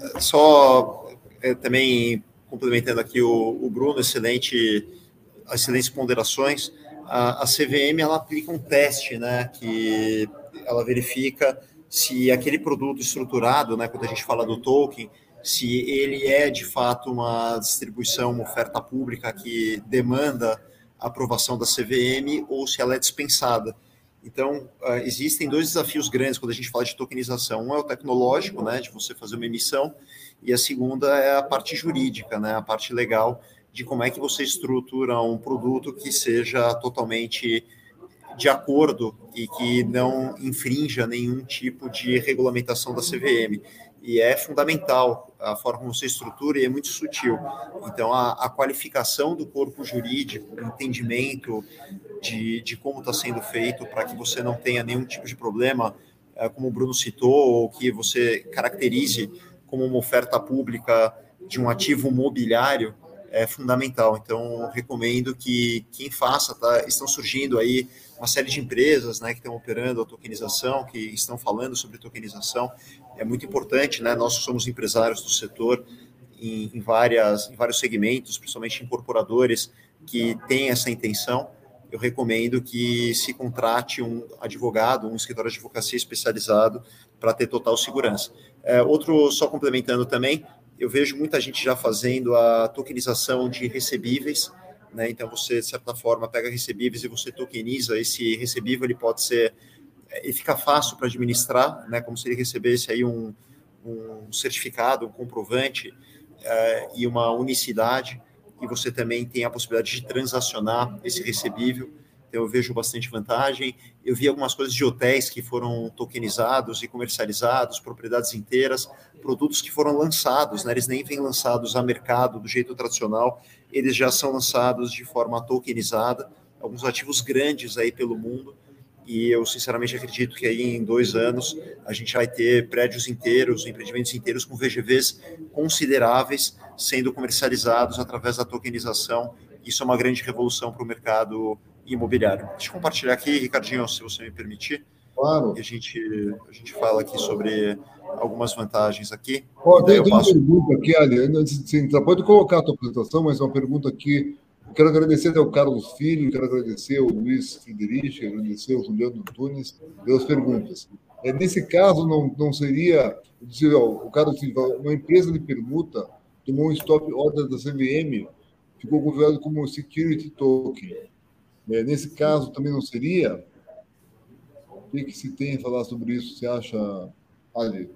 só é, também complementando aqui o, o Bruno, excelente, excelentes ponderações. A, a C V M, ela aplica um teste, né, que ela verifica se aquele produto estruturado, né, quando a gente fala do token, se ele é de fato uma distribuição, uma oferta pública que demanda a aprovação da C V M ou se ela é dispensada. Então, uh, existem dois desafios grandes quando a gente fala de tokenização. Um é o tecnológico, né, de você fazer uma emissão, e a segunda é a parte jurídica, né, a parte legal de como é que você estrutura um produto que seja totalmente de acordo e que não infrinja nenhum tipo de regulamentação da C V M. E é fundamental a forma como você estrutura e é muito sutil. Então, a, a qualificação do corpo jurídico, o entendimento de, de como está sendo feito para que você não tenha nenhum tipo de problema, é, como o Bruno citou, ou que você caracterize como uma oferta pública de um ativo mobiliário, é fundamental. Então, recomendo que quem faça, tá? Estão surgindo aí uma série de empresas, né, que estão operando a tokenização, que estão falando sobre tokenização. É muito importante, né? Nós somos empresários do setor em, em, várias, em vários segmentos, principalmente incorporadores que têm essa intenção. Eu recomendo que se contrate um advogado, um escritório de advocacia especializado para ter total segurança. É, outro, só complementando também, eu vejo muita gente já fazendo a tokenização de recebíveis, né? Então você, de certa forma, pega recebíveis e você tokeniza esse recebível, ele pode ser, ele fica fácil para administrar, né? Como se ele recebesse aí um, um certificado, um comprovante uh, e uma unicidade, e você também tem a possibilidade de transacionar esse recebível. Então eu vejo bastante vantagem. Eu vi algumas coisas de hotéis que foram tokenizados e comercializados, propriedades inteiras, produtos que foram lançados, né? Eles nem vêm lançados a mercado do jeito tradicional, eles já são lançados de forma tokenizada, alguns ativos grandes aí pelo mundo, e eu sinceramente acredito que aí em dois anos a gente vai ter prédios inteiros, empreendimentos inteiros com V G Vs consideráveis sendo comercializados através da tokenização. Isso é uma grande revolução para o mercado imobiliário. Deixa eu compartilhar aqui, Ricardinho, se você me permitir. Claro. E a gente, a gente fala aqui sobre algumas vantagens aqui. Ó, tem, eu tem passo... uma pergunta aqui, Ali, antes de você entrar, pode colocar a tua apresentação, mas é uma pergunta aqui. Eu quero agradecer ao Carlos Filho, quero agradecer ao Luiz Friedrich, quero agradecer ao Juliano Tunes pelas perguntas. É, nesse caso, não, não seria... Dizer, ó, o Carlos Filho, uma empresa de permuta tomou um stop order da C V M, ficou configurado como security token. É, nesse caso, também não seria? O que, que se tem a falar sobre isso? Você acha, Ali?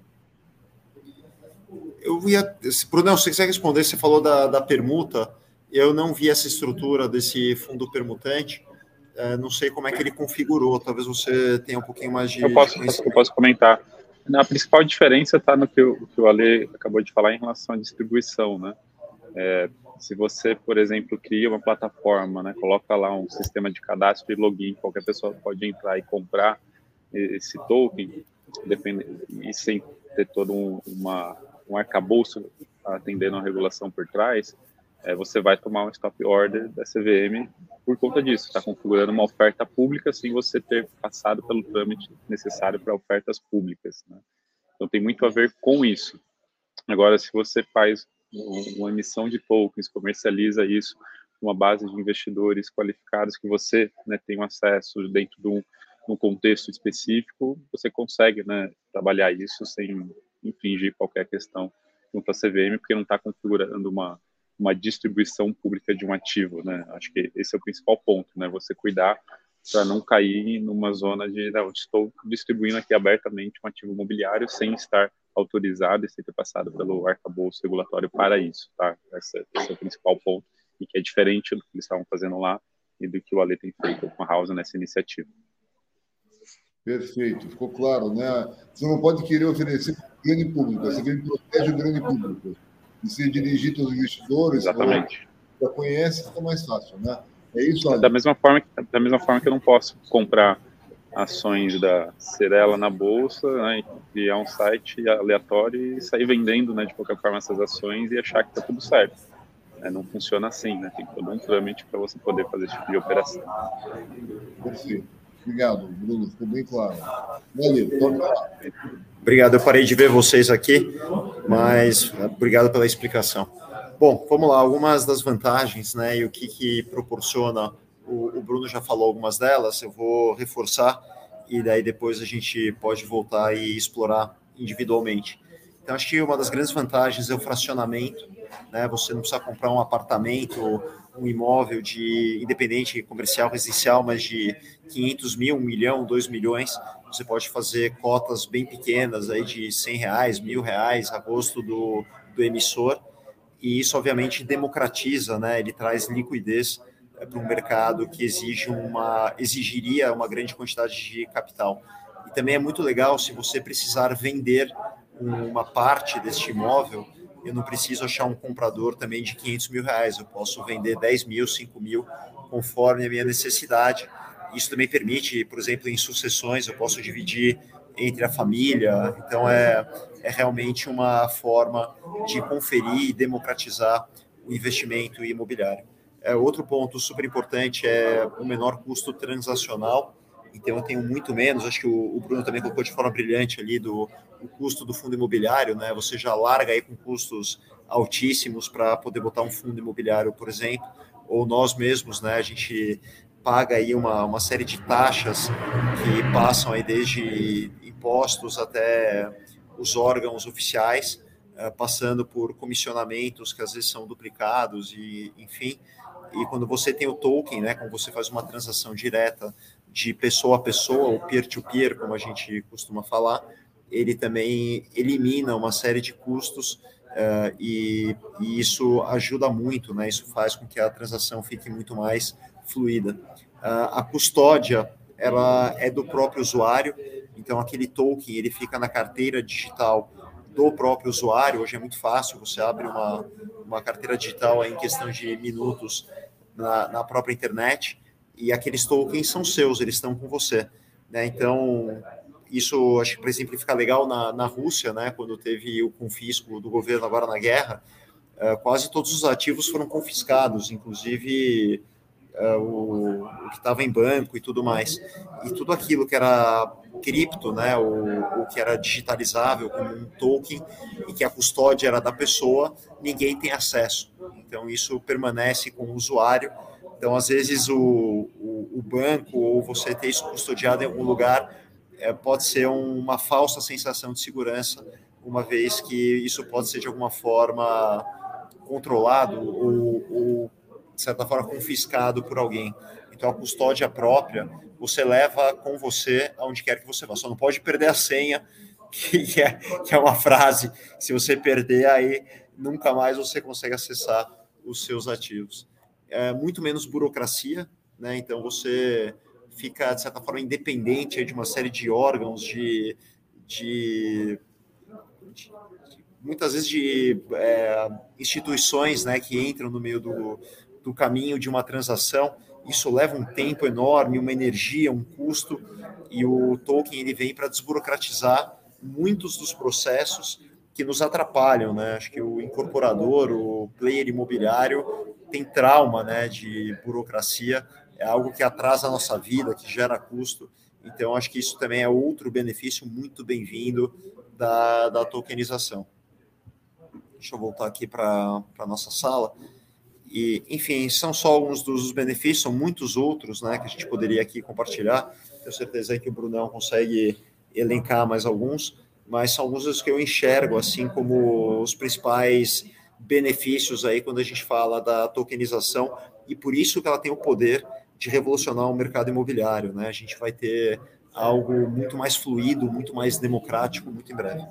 Eu ia... Bruno, se você quiser responder, você falou da, da permuta, eu não vi essa estrutura desse fundo permutante, é, não sei como é que ele configurou, talvez você tenha um pouquinho mais de... Eu posso, de eu posso comentar. A principal diferença está no que o, que o Ale acabou de falar em relação à distribuição, né? É, se você, por exemplo, cria uma plataforma, né, coloca lá um sistema de cadastro e login, qualquer pessoa pode entrar e comprar esse token, depende, e sem ter todo um, uma, um arcabouço atendendo a regulação por trás, é, você vai tomar um stop order da C V M por conta disso, está configurando uma oferta pública sem você ter passado pelo trâmite necessário para ofertas públicas, né? Então tem muito a ver com isso. Agora, se você faz uma emissão de tokens, comercializa isso, uma base de investidores qualificados que você, né, tem um acesso dentro de um, um contexto específico, você consegue, né, trabalhar isso sem infringir qualquer questão junto à C V M, porque não está configurando uma, uma distribuição pública de um ativo, né? Acho que esse é o principal ponto, né? Você cuidar para não cair numa zona de, não, estou distribuindo aqui abertamente um ativo imobiliário sem estar autorizado e sem ter passado pelo arcabouço regulatório para isso, tá? Esse, esse é o principal ponto, e que é diferente do que eles estavam fazendo lá e do que o Ale tem feito com a House nessa iniciativa. Perfeito, ficou claro, né? Você não pode querer oferecer para o grande público, você quer proteger o grande público. E se dirigir aos investidores, exatamente, já conhece, fica mais fácil, né? É isso, Ale? Da mesma forma que, da mesma forma que eu não posso comprar ações da Cyrela na bolsa, né, e criar um site aleatório e sair vendendo, né, de qualquer forma essas ações e achar que está tudo certo. É, não funciona assim, né? Tem todo um trâmite para você poder fazer esse tipo de operação. Perfeito. Obrigado, Bruno. Ficou bem claro. Valeu, toca lá. Obrigado, eu parei de ver vocês aqui, mas obrigado pela explicação. Bom, vamos lá, algumas das vantagens, né, e o que, que proporciona, o, o Bruno já falou algumas delas, eu vou reforçar, e daí depois a gente pode voltar e explorar individualmente. Então, acho que uma das grandes vantagens é o fracionamento, né, você não precisa comprar um apartamento, um imóvel de independente comercial, residencial, mas de quinhentos mil, um milhão, dois milhões, você pode fazer cotas bem pequenas, aí de cem reais, mil reais, a gosto do, do emissor, e isso, obviamente, democratiza, né? Ele traz liquidez é, para um mercado que exige uma, exigiria uma grande quantidade de capital. E também é muito legal se você precisar vender uma parte deste imóvel, eu não preciso achar um comprador também de quinhentos mil reais, eu posso vender dez mil, cinco mil, conforme a minha necessidade. Isso também permite, por exemplo, em sucessões, eu posso dividir entre a família, então é, é realmente uma forma de conferir e democratizar o investimento imobiliário. É, outro ponto super importante é o menor custo transacional, então eu tenho muito menos, acho que o, o Bruno também colocou de forma brilhante ali do o custo do fundo imobiliário, né? Você já larga aí com custos altíssimos para poder botar um fundo imobiliário, por exemplo, ou nós mesmos, né? A gente paga aí uma, uma série de taxas que passam aí desde impostos até os órgãos oficiais, passando por comissionamentos que às vezes são duplicados e, enfim, e quando você tem o token, né, quando você faz uma transação direta de pessoa a pessoa, ou peer-to-peer, como a gente costuma falar, ele também elimina uma série de custos uh, e, e isso ajuda muito, né, isso faz com que a transação fique muito mais fluida. Uh, a custódia, ela é do próprio usuário, então aquele token, ele fica na carteira digital do próprio usuário. Hoje é muito fácil, você abre uma, uma carteira digital aí em questão de minutos na, na própria internet, e aqueles tokens são seus, eles estão com você, né? Então, isso, acho que para exemplificar legal, na, na Rússia, né, quando teve o confisco do governo agora na guerra, uh, quase todos os ativos foram confiscados, inclusive uh, o, o que estava em banco e tudo mais. E tudo aquilo que era cripto, né, o, o que era digitalizável como um token e que a custódia era da pessoa, ninguém tem acesso. Então, isso permanece com o usuário. Então, às vezes, o, o, o banco ou você ter isso custodiado em algum lugar é, pode ser um, uma falsa sensação de segurança, uma vez que isso pode ser, de alguma forma, controlado ou, ou de certa forma, confiscado por alguém. Então, a custódia própria, você leva com você aonde quer que você vá. Só não pode perder a senha, que é, que é uma frase, se você perder, aí nunca mais você consegue acessar os seus ativos. É muito menos burocracia, né? Então você fica, de certa forma, independente de uma série de órgãos, de, de, de muitas vezes de é, instituições, né, que entram no meio do, do caminho de uma transação. Isso leva um tempo enorme, uma energia, um custo, e o token ele vem para desburocratizar muitos dos processos que nos atrapalham, né? Acho que o incorporador, o player imobiliário tem trauma, né, de burocracia, é algo que atrasa a nossa vida, que gera custo. Então, acho que isso também é outro benefício muito bem-vindo da, da tokenização. Deixa eu voltar aqui para a nossa sala. E, enfim, são só alguns dos benefícios, são muitos outros, né, que a gente poderia aqui compartilhar. Tenho certeza que o Brunão consegue elencar mais alguns, mas são alguns dos que eu enxergo assim como os principais benefícios aí quando a gente fala da tokenização, e por isso que ela tem o poder de revolucionar o mercado imobiliário, né? A gente vai ter algo muito mais fluido, muito mais democrático, muito em breve.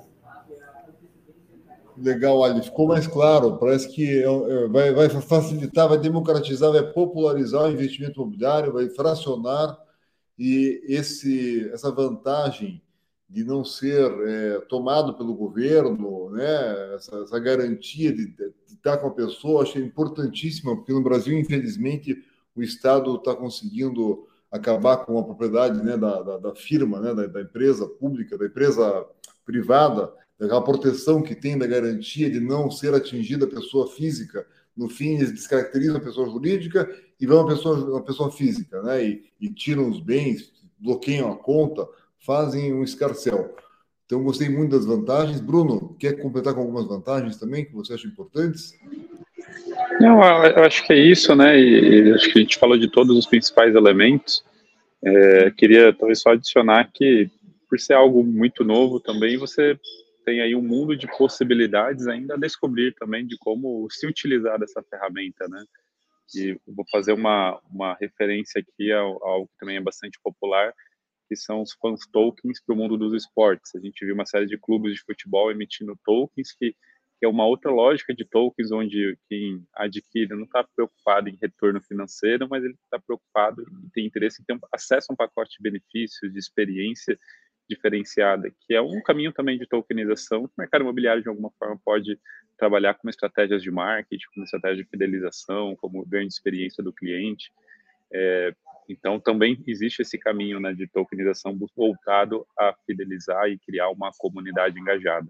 Legal, Ali. Ficou mais claro. Parece que vai, vai facilitar, vai democratizar, vai popularizar o investimento imobiliário, vai fracionar, e esse, essa vantagem de não ser é, tomado pelo governo, né? essa, essa garantia de, de estar com a pessoa, achei importantíssima, porque no Brasil, infelizmente, o Estado está conseguindo acabar com a propriedade, né, da, da, da firma, né, da, da empresa pública, da empresa privada, daquela proteção que tem da garantia de não ser atingida a pessoa física. No fim, eles descaracterizam a pessoa jurídica e vão a pessoa, uma pessoa física, né? E, e tiram os bens, bloqueiam a conta, fazem um escarcéu. Então, gostei muito das vantagens. Bruno, quer completar com algumas vantagens também que você acha importantes? Não, eu acho que é isso, né? E, e acho que a gente falou de todos os principais elementos. É, queria talvez só adicionar que, por ser algo muito novo também, você tem aí um mundo de possibilidades ainda a descobrir também de como se utilizar dessa ferramenta, né? E vou fazer uma, uma referência aqui a algo que também é bastante popular, que são os fãs tokens para o mundo dos esportes. A gente viu uma série de clubes de futebol emitindo tokens, que, que é uma outra lógica de tokens, onde quem adquire não está preocupado em retorno financeiro, mas ele está preocupado e tem interesse em ter acesso a um pacote de benefícios, de experiência diferenciada, que é um caminho também de tokenização, que o mercado imobiliário, de alguma forma, pode trabalhar como estratégias de marketing, como estratégia de fidelização, como ganho de experiência do cliente. É, então, também existe esse caminho, né, de tokenização voltado a fidelizar e criar uma comunidade engajada.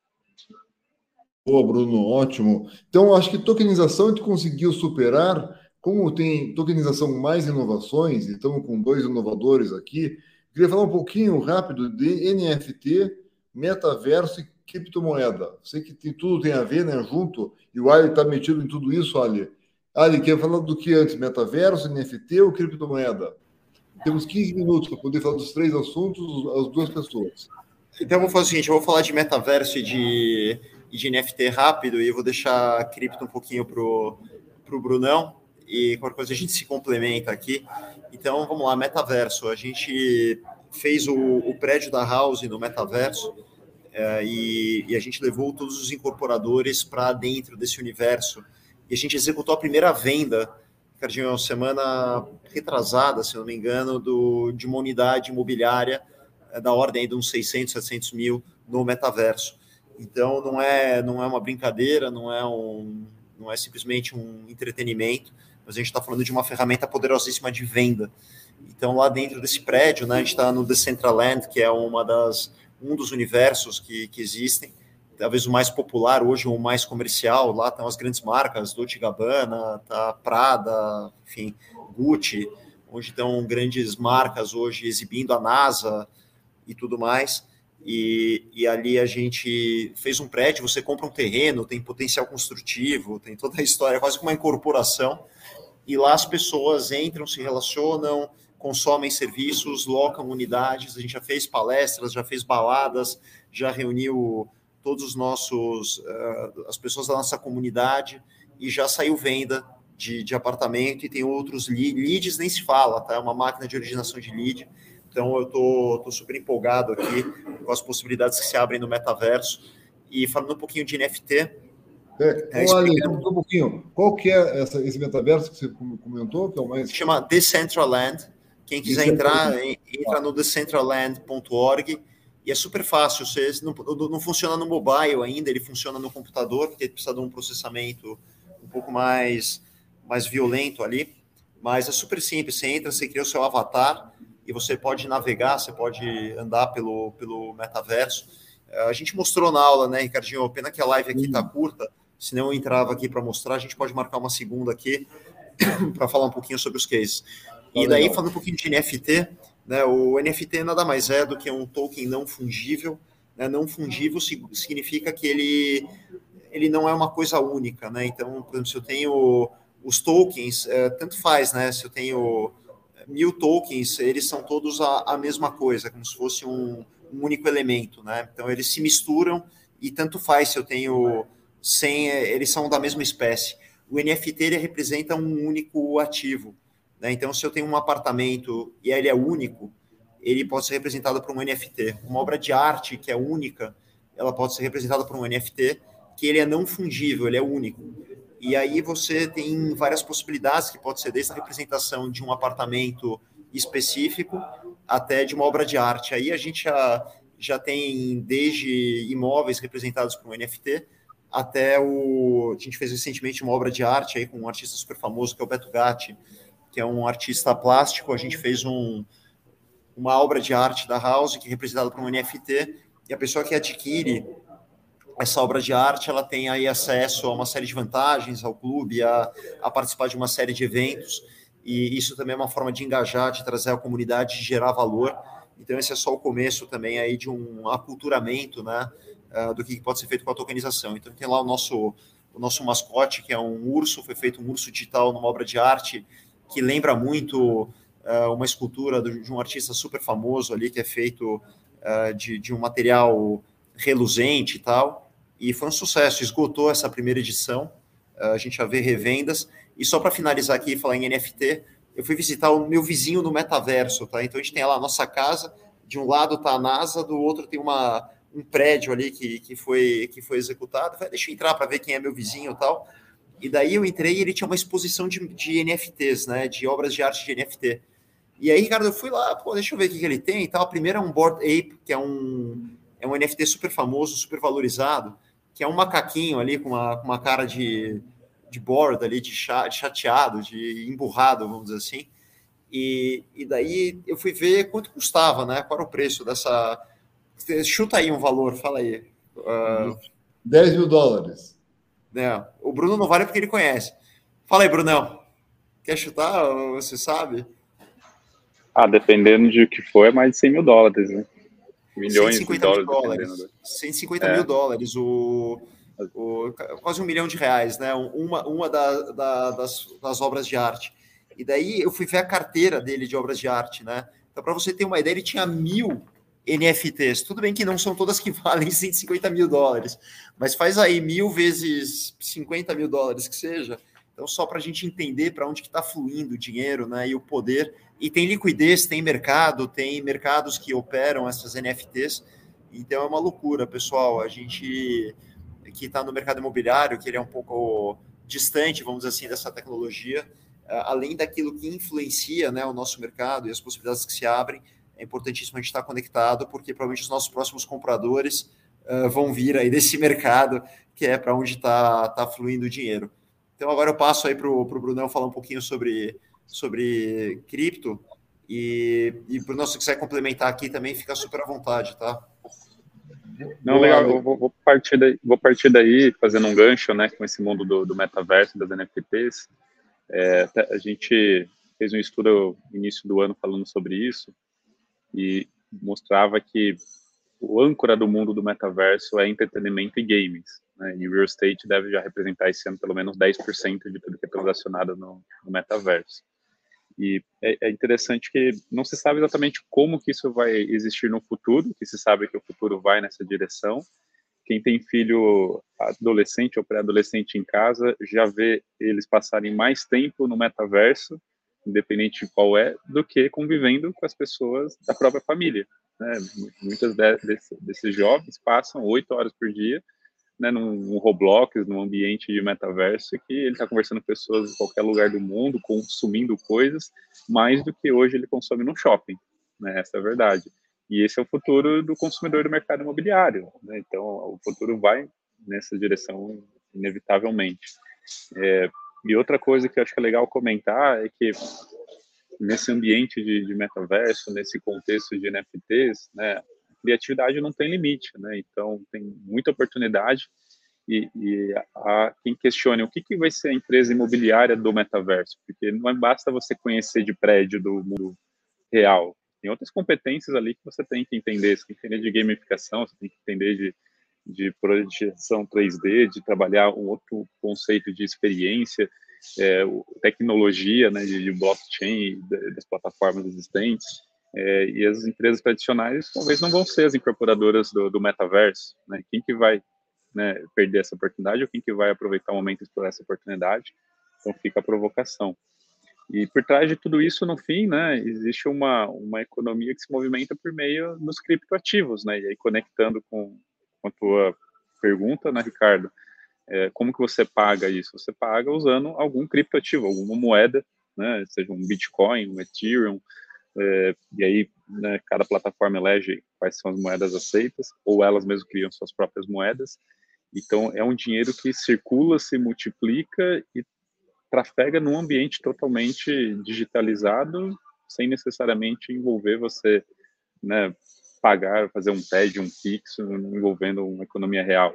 Boa, Bruno, ótimo. Então, acho que tokenização a gente conseguiu superar. Como tem tokenização mais inovações, e estamos com dois inovadores aqui, queria falar um pouquinho rápido de N F T, metaverso e criptomoeda. Sei que tem, tudo tem a ver, né, junto, e o Ali está metido em tudo isso, Ali. Ali, quer falar do que antes? Metaverso, N F T ou criptomoeda? Temos quinze minutos para poder falar dos três assuntos, as duas pessoas. Então, eu vou fazer o seguinte, eu vou falar de metaverso e de, e de N F T rápido, e eu vou deixar a cripto um pouquinho para o Brunão, e qualquer coisa a gente se complementa aqui. Então, vamos lá, metaverso. A gente fez o, o prédio da House no metaverso, é, e, e a gente levou todos os incorporadores para dentro desse universo. E a gente executou a primeira venda, Ricardinho, semana retrasada, se não me engano, do, de uma unidade imobiliária é, da ordem aí de uns seiscentos, setecentos mil no metaverso. Então, não é, não é uma brincadeira, não é, um, não é simplesmente um entretenimento, mas a gente está falando de uma ferramenta poderosíssima de venda. Então, lá dentro desse prédio, né, a gente está no Decentraland, que é uma das, um dos universos que, que existem, talvez o mais popular hoje, o mais comercial. Lá estão as grandes marcas, Dolce e Gabbana, tá Prada, enfim, Gucci, onde estão grandes marcas hoje exibindo, a NASA e tudo mais. E, e ali a gente fez um prédio, você compra um terreno, tem potencial construtivo, tem toda a história, quase como uma incorporação. E lá as pessoas entram, se relacionam, consomem serviços, locam unidades. A gente já fez palestras, já fez baladas, já reuniu todos os nossos, uh, as pessoas da nossa comunidade, e já saiu venda de, de apartamento, e tem outros lead, leads, nem se fala, tá? É uma máquina de originação de lead. Então eu tô, tô super empolgado aqui com as possibilidades que se abrem no metaverso. E falando um pouquinho de N F T... É, é, olha, um pouquinho. Qual que é essa, esse metaverso que você comentou? Que é o mais... Chama Decentraland. Quem quiser entrar, entra no decentraland ponto org. E é super fácil, você não, não funciona no mobile ainda, ele funciona no computador, porque precisa de um processamento um pouco mais, mais violento ali, mas é super simples, você entra, você cria o seu avatar, e você pode navegar, você pode andar pelo, pelo metaverso, A gente mostrou na aula, né, Ricardinho? Pena que a live aqui está curta, senão eu entrava aqui para mostrar. A gente pode marcar uma segunda aqui para falar um pouquinho sobre os cases. E daí, legal. Falando um pouquinho de N F T, né, o N F T nada mais é do que um token não fungível. Né, não fungível significa que ele, ele não é uma coisa única. Né? Então, por exemplo, se eu tenho os tokens, é, tanto faz, né? Se eu tenho mil tokens, eles são todos a, a mesma coisa, como se fosse um, um único elemento. Né? Então, eles se misturam e tanto faz se eu tenho cem, eles são da mesma espécie. O N F T ele representa um único ativo. Né? Então, se eu tenho um apartamento e ele é único, ele pode ser representado por um N F T. Uma obra de arte que é única, ela pode ser representada por um N F T, que ele é não fungível, ele é único. E aí você tem várias possibilidades, que pode ser desde a representação de um apartamento específico até de uma obra de arte. Aí a gente já, já tem desde imóveis representados por um N F T, até o... A gente fez recentemente uma obra de arte aí com um artista super famoso, que é o Beto Gatti, que é um artista plástico. A gente fez um, uma obra de arte da House, que é representada por um N F T, e a pessoa que adquire essa obra de arte, ela tem aí acesso a uma série de vantagens ao clube, a, a participar de uma série de eventos, e isso também é uma forma de engajar, de trazer a comunidade, de gerar valor. Então esse é só o começo também aí de um aculturamento, né, uh, do que pode ser feito com a tokenização. Então tem lá o nosso, o nosso mascote, que é um urso, foi feito um urso digital numa obra de arte, que lembra muito uh, uma escultura de um artista super famoso ali, que é feito uh, de, de um material reluzente e tal. E foi um sucesso, esgotou essa primeira edição, a gente já vê revendas. E só para finalizar aqui e falar em N F T, eu fui visitar o meu vizinho no metaverso, tá? Então a gente tem lá a nossa casa, de um lado está a NASA, do outro tem uma, um prédio ali que, que, foi, que foi executado. Eu falei, deixa eu entrar para ver quem é meu vizinho e tal. E daí eu entrei e ele tinha uma exposição de, de N F Ts, né? De obras de arte de N F T. E aí, Ricardo, eu fui lá, pô, deixa eu ver o que, que ele tem e tal. A primeira é um Bored Ape, que é um, é um N F T super famoso, super valorizado, que é um macaquinho ali com uma, com uma cara de, de bored ali, de, cha, de chateado, de emburrado, vamos dizer assim. E, e daí eu fui ver quanto custava, né? Qual era o preço dessa... Chuta aí um valor, fala aí. Uh, dez mil dólares. Né? O Bruno não vale porque ele conhece. Fala aí, Brunão. Quer chutar? Você sabe? Ah, dependendo de o que for, é mais de cem mil dólares, né? Milhões cento e cinquenta de mil dólares. dólares. cento e cinquenta mil dólares, o, o, quase um milhão de reais, né? Uma, uma da, da, das, das obras de arte. E daí eu fui ver a carteira dele de obras de arte, né? Então, para você ter uma ideia, ele tinha mil N F Ts. Tudo bem que não são todas que valem cento e cinquenta mil dólares, mas faz aí mil vezes cinquenta mil dólares que seja. Então, só para a gente entender para onde que está fluindo o dinheiro, né? E o poder. E tem liquidez, tem mercado, tem mercados que operam essas N F Ts. Então, é uma loucura, pessoal. A gente que está no mercado imobiliário, que ele é um pouco distante, vamos dizer assim, dessa tecnologia, além daquilo que influencia, né, o nosso mercado e as possibilidades que se abrem, é importantíssimo a gente estar conectado, porque provavelmente os nossos próximos compradores uh, vão vir aí desse mercado, que é para onde está tá fluindo o dinheiro. Então, agora eu passo aí para o Brunão falar um pouquinho sobre, sobre cripto. E, e Bruno, se quiser complementar aqui também, fica super à vontade, tá? Não, legal, eu vou, vou, partir daí, vou partir daí, fazendo um gancho, né, com esse mundo do, do metaverso, das N F Ts. É, a gente fez um estudo no início do ano falando sobre isso, e mostrava que o âncora do mundo do metaverso é entretenimento e games, né? E o real estate deve já representar esse ano pelo menos dez por cento de tudo que é transacionado no, no metaverso. E é, é interessante que não se sabe exatamente como que isso vai existir no futuro, que se sabe que o futuro vai nessa direção. Quem tem filho adolescente ou pré-adolescente em casa já vê eles passarem mais tempo no metaverso, independente de qual é, do que convivendo com as pessoas da própria família, né? Muitas de, desse, desses jovens passam oito horas por dia, né, num, num Roblox, num ambiente de metaverso, que ele está conversando com pessoas de qualquer lugar do mundo, consumindo coisas, mais do que hoje ele consome no shopping, né? Essa é a verdade. E esse é o futuro do consumidor do mercado imobiliário, né? Então, o futuro vai nessa direção, inevitavelmente. É, e outra coisa que eu acho que é legal comentar é que nesse ambiente de, de metaverso, nesse contexto de N F Ts, né, criatividade não tem limite, né? Então, tem muita oportunidade e, e a, quem questione o que, que vai ser a empresa imobiliária do metaverso, porque não basta você conhecer de prédio do mundo real. Tem outras competências ali que você tem que entender. Você tem que entender de gamificação, você tem que entender de, de projeção três D, de trabalhar um outro conceito de experiência, é, tecnologia, né, de, de blockchain, das plataformas existentes. É, e as empresas tradicionais talvez não vão ser as incorporadoras do, do metaverso, né? Quem que vai, né, perder essa oportunidade ou quem que vai aproveitar o momento e explorar essa oportunidade? Então fica a provocação. E por trás de tudo isso, no fim, né, existe uma, uma economia que se movimenta por meio dos criptoativos, né? E aí, conectando com, com a tua pergunta, né, Ricardo, é, como que você paga isso? Você paga usando algum criptoativo, alguma moeda, né, seja um Bitcoin, um Ethereum, é, e aí, né, cada plataforma elege quais são as moedas aceitas, ou elas mesmas criam suas próprias moedas. Então, é um dinheiro que circula, se multiplica e trafega num ambiente totalmente digitalizado, sem necessariamente envolver você, né, pagar, fazer um P E D, um Pix, envolvendo uma economia real.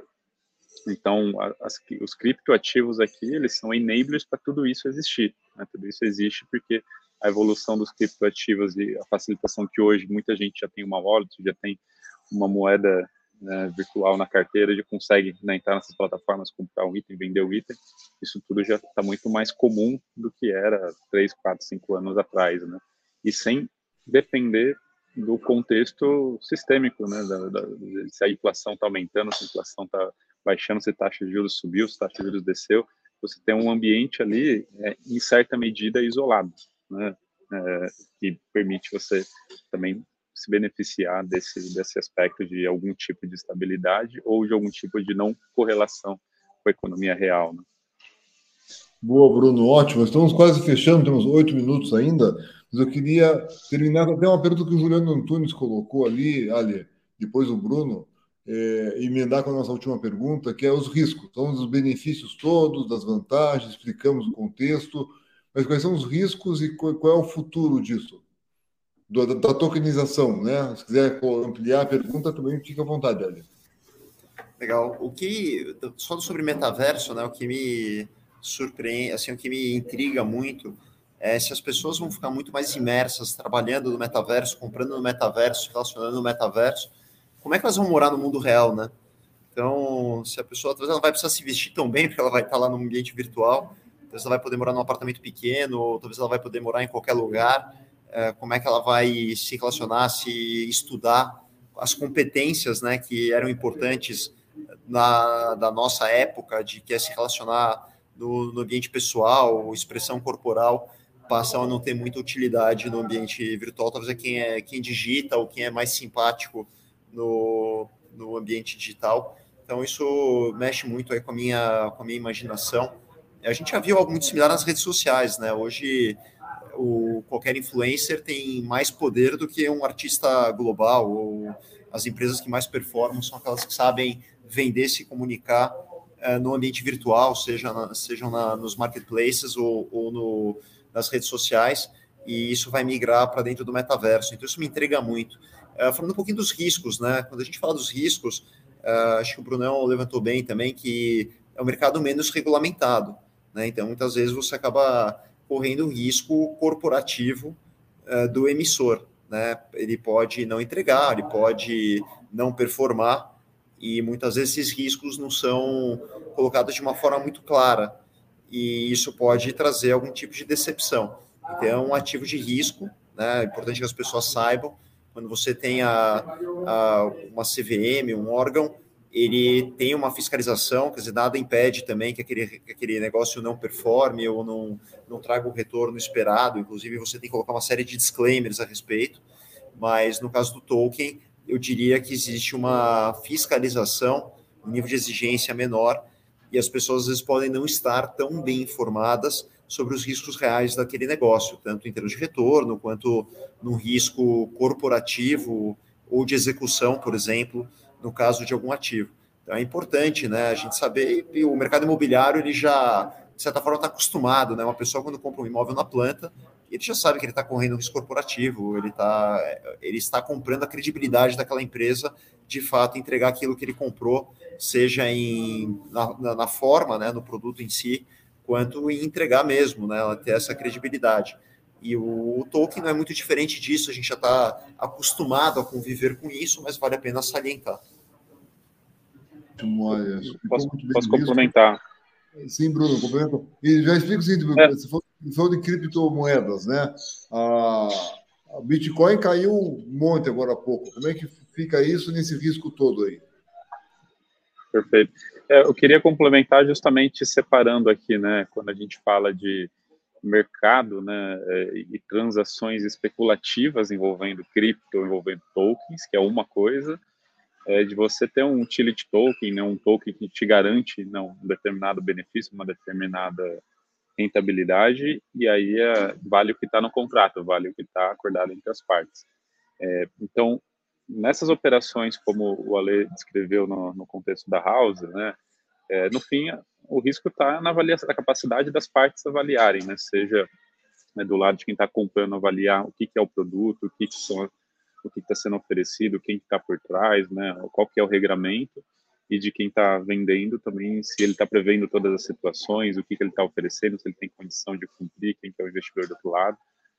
Então, as, os criptoativos aqui, eles são enablers para tudo isso existir, né? Tudo isso existe porque a evolução dos criptoativos e a facilitação que hoje muita gente já tem uma wallet, já tem uma moeda, né, virtual na carteira, já consegue, né, entrar nessas plataformas, comprar um item, vender o item, isso tudo já está muito mais comum do que era três, quatro, cinco anos atrás, né? E sem depender do contexto sistêmico, né? Da, da, se a inflação está aumentando, se a inflação está baixando, se a taxa de juros subiu, se a taxa de juros desceu, você tem um ambiente ali, é, em certa medida, isolado, né? É, que permite você também se beneficiar desse, desse aspecto de algum tipo de estabilidade ou de algum tipo de não correlação com a economia real, né? Boa, Bruno, ótimo. Estamos quase fechando, temos oito minutos ainda, mas eu queria terminar com até uma pergunta que o Juliano Antunes colocou ali, ali depois o Bruno, é, emendar com a nossa última pergunta, que é os riscos. Falamos dos benefícios todos, das vantagens, explicamos o contexto, mas quais são os riscos e qual, qual é o futuro disso? Da, da tokenização, né? Se quiser ampliar a pergunta, também fica à vontade, Ali. Legal. O que, só sobre metaverso, né? O que me surpreende, assim, o que me intriga muito é se as pessoas vão ficar muito mais imersas trabalhando no metaverso, comprando no metaverso, relacionando no metaverso, como é que elas vão morar no mundo real, né? Então, se a pessoa, talvez ela vai precisar se vestir tão bem, porque ela vai estar lá no ambiente virtual, talvez ela vai poder morar num apartamento pequeno, ou talvez ela vai poder morar em qualquer lugar, é, como é que ela vai se relacionar, se estudar as competências, né, que eram importantes na, da nossa época, de que é se relacionar no, no ambiente pessoal, expressão corporal, passam a não ter muita utilidade no ambiente virtual, talvez é quem, é, quem digita ou quem é mais simpático no, no ambiente digital. Então, isso mexe muito aí com a minha, com a minha imaginação. A gente já viu algo muito similar nas redes sociais, né? Hoje, o, qualquer influencer tem mais poder do que um artista global, ou as empresas que mais performam são aquelas que sabem vender, se comunicar uh, no ambiente virtual, seja na, sejam na, nos marketplaces ou, ou no, nas redes sociais, e isso vai migrar para dentro do metaverso. Então, isso me intriga muito. Uh, falando um pouquinho dos riscos, né? Quando a gente fala dos riscos, uh, acho que o Brunão levantou bem também, que é um mercado menos regulamentado, né? Então, muitas vezes você acaba correndo risco corporativo uh, do emissor, né? Ele pode não entregar, ele pode não performar, e muitas vezes esses riscos não são colocados de uma forma muito clara, e isso pode trazer algum tipo de decepção. Então, é um ativo de risco, né? É importante que as pessoas saibam. Quando você tem a, a, uma C V M, um órgão, ele tem uma fiscalização, quer dizer, nada impede também que aquele, que aquele negócio não performe ou não, não traga o retorno esperado. Inclusive, você tem que colocar uma série de disclaimers a respeito, mas no caso do token, eu diria que existe uma fiscalização, um nível de exigência menor, e as pessoas às vezes podem não estar tão bem informadas sobre os riscos reais daquele negócio, tanto em termos de retorno, quanto no risco corporativo ou de execução, por exemplo, no caso de algum ativo. Então é importante, né, a gente saber, e o mercado imobiliário, ele já, de certa forma, está acostumado, né, uma pessoa quando compra um imóvel na planta, ele já sabe que ele está correndo um risco corporativo, ele, tá, ele está comprando a credibilidade daquela empresa, de fato, entregar aquilo que ele comprou, seja em, na, na, na forma, né, no produto em si, quanto em entregar mesmo, né, ela ter essa credibilidade. E o, o token não é muito diferente disso, a gente já está acostumado a conviver com isso, mas vale a pena salientar. Olha, posso posso complementar? Sim, Bruno, complementa. E já explico o seguinte, é. se for, se for de criptomoedas, né? A, a Bitcoin caiu um monte agora há pouco. Como é que fica isso nesse risco todo aí? Perfeito. É, eu queria complementar justamente separando aqui, né? Quando a gente fala de mercado, né? E transações especulativas envolvendo cripto, envolvendo tokens, que é uma coisa. É de você ter um utility token, né, um token que te garante não, um determinado benefício, uma determinada rentabilidade, e aí é, vale o que está no contrato, vale o que está acordado entre as partes. É, então, nessas operações, como o Ale descreveu no, no contexto da House, né, é, no fim, o risco está na avaliação, da capacidade das partes avaliarem, né, seja né, do lado de quem está comprando, avaliar o que, que é o produto, o que, que são o que está sendo oferecido, quem está por trás, né, qual que é o regramento, e de quem está vendendo também, se ele está prevendo todas as situações, o que, que ele está oferecendo, se ele tem condição de cumprir, quem que é o investidor do outro lado.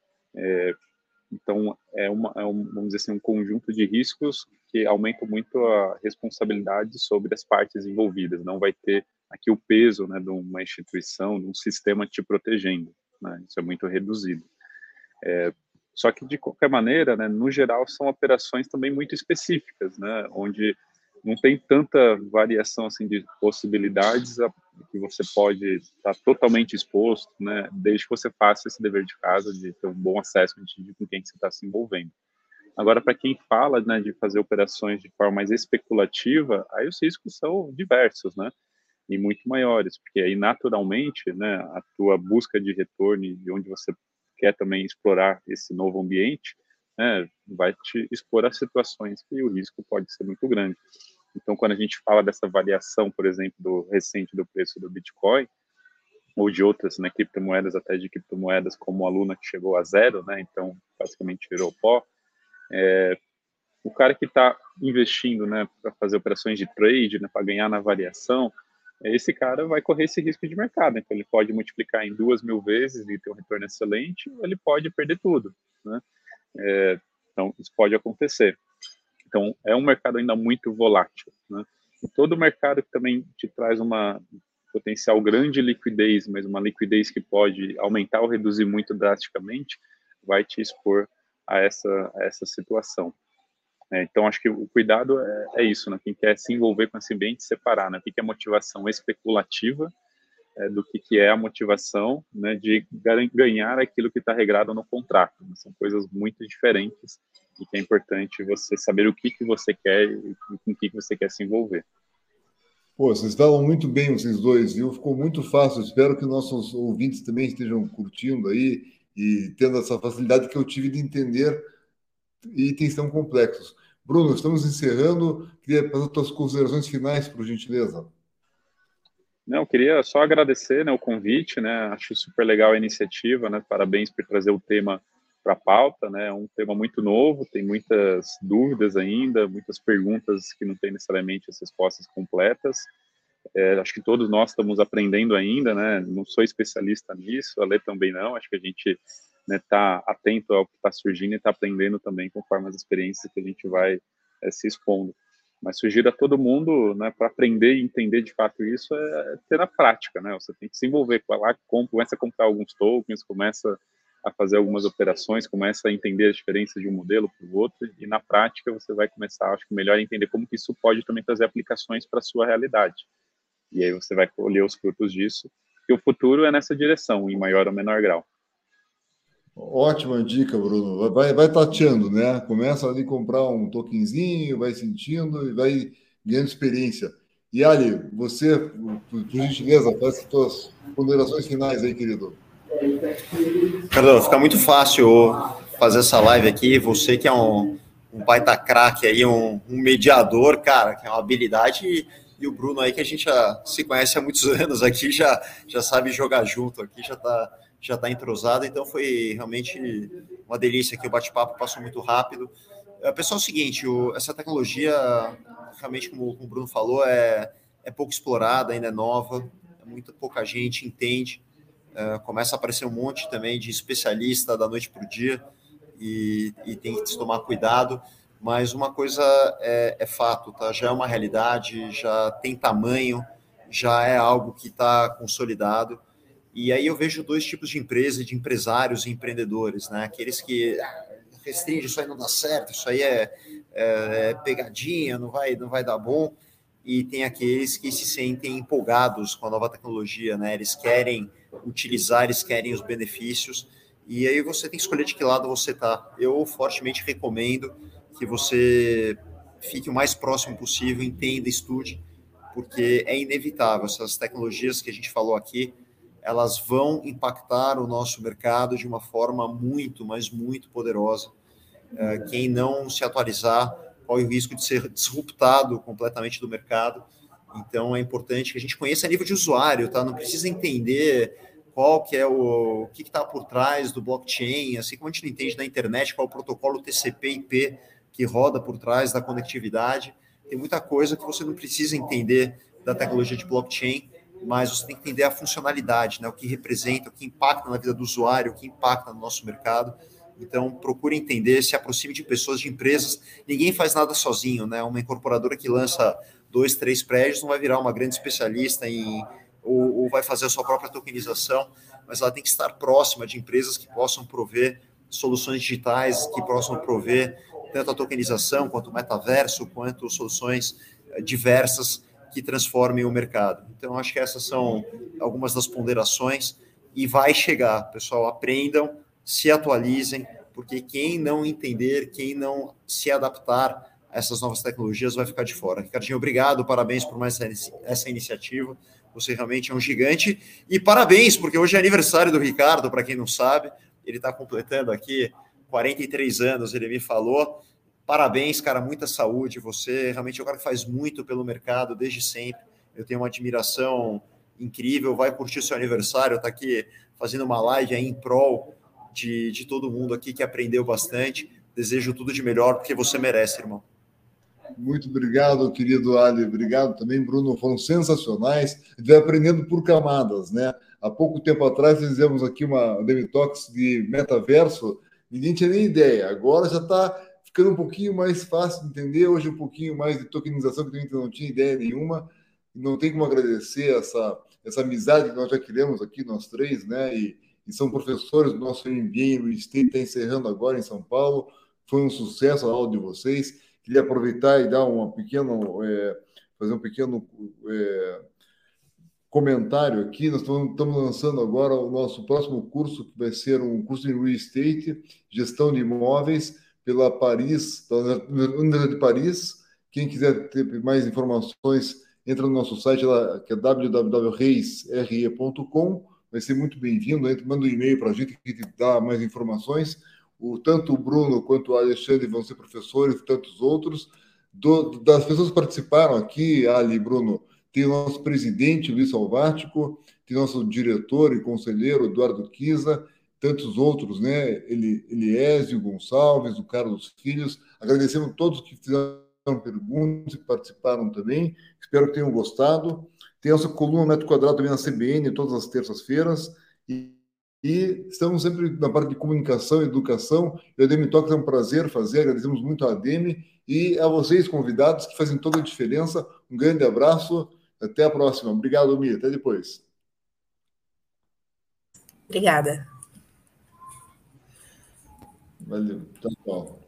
É, então, é, uma, é um, vamos dizer assim, um conjunto de riscos que aumenta muito a responsabilidade sobre as partes envolvidas. Não vai ter aqui o peso, né, de uma instituição, de um sistema te protegendo, né, isso é muito reduzido. É, Só que, de qualquer maneira, né, no geral, são operações também muito específicas, né, onde não tem tanta variação assim, de possibilidades a, que você pode estar totalmente exposto, né, desde que você faça esse dever de casa de ter um bom acesso de com quem você está se envolvendo. Agora, para quem fala, né, de fazer operações de forma mais especulativa, aí os riscos são diversos, né, e muito maiores, porque aí, naturalmente, né, a tua busca de retorno e onde você quer também explorar esse novo ambiente, né, vai te expor a situações que o risco pode ser muito grande. Então, quando a gente fala dessa variação, por exemplo, do recente do preço do Bitcoin, ou de outras, né, criptomoedas, até de criptomoedas como a Luna, que chegou a zero, né, então basicamente virou pó, é, o cara que está investindo, né, para fazer operações de trade, né, para ganhar na variação, esse cara vai correr esse risco de mercado. Então, ele pode multiplicar em duas mil vezes e ter um retorno excelente, ou ele pode perder tudo, né? É, então, isso pode acontecer. Então, é um mercado ainda muito volátil, né? E todo mercado que também te traz uma potencial grande liquidez, mas uma liquidez que pode aumentar ou reduzir muito drasticamente, vai te expor a essa, a essa situação. É, então, acho que o cuidado é, é isso, né? Quem quer se envolver com esse ambiente, separar, né? O que é motivação especulativa é, do que, que é a motivação, né, de ganhar aquilo que está regrado no contrato. São coisas muito diferentes e que é importante você saber o que, que você quer e com o que, que você quer se envolver. Pô, vocês falam muito bem, vocês dois, viu? Ficou muito fácil. Espero que nossos ouvintes também estejam curtindo aí e tendo essa facilidade que eu tive de entender itens tão complexos. Bruno, estamos encerrando. Queria fazer as tuas considerações finais, por gentileza. Não, eu queria só agradecer, né, o convite, né? Acho super legal a iniciativa, né? Parabéns por trazer o tema para a pauta, né? É um tema muito novo, tem muitas dúvidas ainda, muitas perguntas que não têm necessariamente as respostas completas. É, acho que todos nós estamos aprendendo ainda, né? Não sou especialista nisso, a Lê também não. Acho que a gente está, né, atento ao que está surgindo e está aprendendo também conforme as experiências que a gente vai é, se expondo. Mas sugiro a todo mundo, né, para aprender e entender de fato isso, é ter na prática, né? Você tem que se envolver com lá, começa a comprar alguns tokens, começa a fazer algumas operações, começa a entender as diferenças de um modelo para o outro, e na prática você vai começar, acho que melhor, a entender como que isso pode também trazer aplicações para a sua realidade. E aí você vai colher os frutos disso, e o futuro é nessa direção, em maior ou menor grau. Ótima dica, Bruno. Vai, vai tateando, né? Começa ali a comprar um tokenzinho, vai sentindo e vai ganhando experiência. E Ali, você, por gentileza, faz as suas ponderações finais aí, querido. Ricardo, fica muito fácil fazer essa live aqui. Você que é um, um baita craque aí, um, um mediador, cara, que é uma habilidade, e, e o Bruno aí que a gente já se conhece há muitos anos aqui, já, já sabe jogar junto aqui, já está já está entrosada, então foi realmente uma delícia aqui, o bate-papo passou muito rápido. Pessoal, é o seguinte, o, essa tecnologia, realmente, como, como o Bruno falou, é, é pouco explorada, ainda é nova, muita pouca gente entende, uh, começa a aparecer um monte também de especialista da noite para o dia, e, e tem que se tomar cuidado, mas uma coisa é, é fato, tá? Já é uma realidade, já tem tamanho, já é algo que está consolidado, e aí eu vejo dois tipos de empresa, de empresários e empreendedores, né? Aqueles que restringe, isso aí não dá certo, isso aí é, é, é pegadinha, não vai, não vai dar bom, e tem aqueles que se sentem empolgados com a nova tecnologia, né? Eles querem utilizar, eles querem os benefícios, e aí você tem que escolher de que lado você está. Eu fortemente recomendo que você fique o mais próximo possível, entenda, estude, porque é inevitável, essas tecnologias que a gente falou aqui, elas vão impactar o nosso mercado de uma forma muito, mas muito poderosa. Quem não se atualizar, corre o risco de ser disruptado completamente do mercado. Então, é importante que a gente conheça a nível de usuário, tá? Não precisa entender qual que é o, o que está por trás do blockchain, assim como a gente não entende da internet, qual é o protocolo T C P I P que roda por trás da conectividade. Tem muita coisa que você não precisa entender da tecnologia de blockchain, mas você tem que entender a funcionalidade, né? O que representa, o que impacta na vida do usuário, o que impacta no nosso mercado. Então, procure entender, se aproxime de pessoas, de empresas. Ninguém faz nada sozinho, né? Uma incorporadora que lança dois, três prédios não vai virar uma grande especialista em, ou, ou vai fazer a sua própria tokenização, mas ela tem que estar próxima de empresas que possam prover soluções digitais, que possam prover tanto a tokenização, quanto o metaverso, quanto soluções diversas que transformem o mercado. Então, acho que essas são algumas das ponderações, e vai chegar, pessoal, aprendam, se atualizem, porque quem não entender, quem não se adaptar a essas novas tecnologias vai ficar de fora. Ricardinho, obrigado, parabéns por mais essa iniciativa, você realmente é um gigante, e parabéns, porque hoje é aniversário do Ricardo, para quem não sabe, ele está completando aqui quarenta e três anos, ele me falou. Parabéns, cara, muita saúde, você realmente é um cara que faz muito pelo mercado desde sempre, eu tenho uma admiração incrível, vai curtir o seu aniversário, está aqui fazendo uma live aí em prol de, de todo mundo aqui que aprendeu bastante, desejo tudo de melhor, porque você merece, irmão. Muito obrigado, querido Ali, obrigado também, Bruno, foram sensacionais, a gente vai aprendendo por camadas, né? Há pouco tempo atrás fizemos aqui uma Demitox de metaverso, ninguém tinha nem ideia, agora já está ficando um pouquinho mais fácil de entender, hoje um pouquinho mais de tokenização, que a gente não tinha ideia nenhuma, não tem como agradecer essa, essa amizade que nós já criamos aqui, nós três, né? E, e são professores do nosso M B A no State, está encerrando agora em São Paulo, foi um sucesso a aula de vocês. Queria aproveitar e dar uma pequena, é, fazer um pequeno é, comentário aqui. Nós estamos lançando agora o nosso próximo curso, que vai ser um curso de Real Estate, gestão de imóveis, pela Paris, da Universidade de Paris. Quem quiser ter mais informações, entra no nosso site lá, que é w w w ponto reis r e ponto com. Vai ser muito bem-vindo. Manda um e-mail para a gente que dá mais informações. O, tanto o Bruno quanto o Alexandre vão ser professores e tantos outros. Do, das pessoas que participaram aqui, Ali e Bruno, tem o nosso presidente, Luiz Salvático, tem nosso diretor e conselheiro, Eduardo Kiza, tantos outros, né? Eliésio Gonçalves, o Carlos Filhos. Agradecemos a todos que fizeram perguntas e participaram também. Espero que tenham gostado. Tem a nossa coluna Metro Quadrado também na C B N, todas as terças-feiras. E, e estamos sempre na parte de comunicação e educação. E a Demitox é um prazer fazer. Agradecemos muito a Ademi e a vocês, convidados, que fazem toda a diferença. Um grande abraço. Até a próxima. Obrigado, Mi. Até depois. Obrigada. Valeu. Tchau, tchau.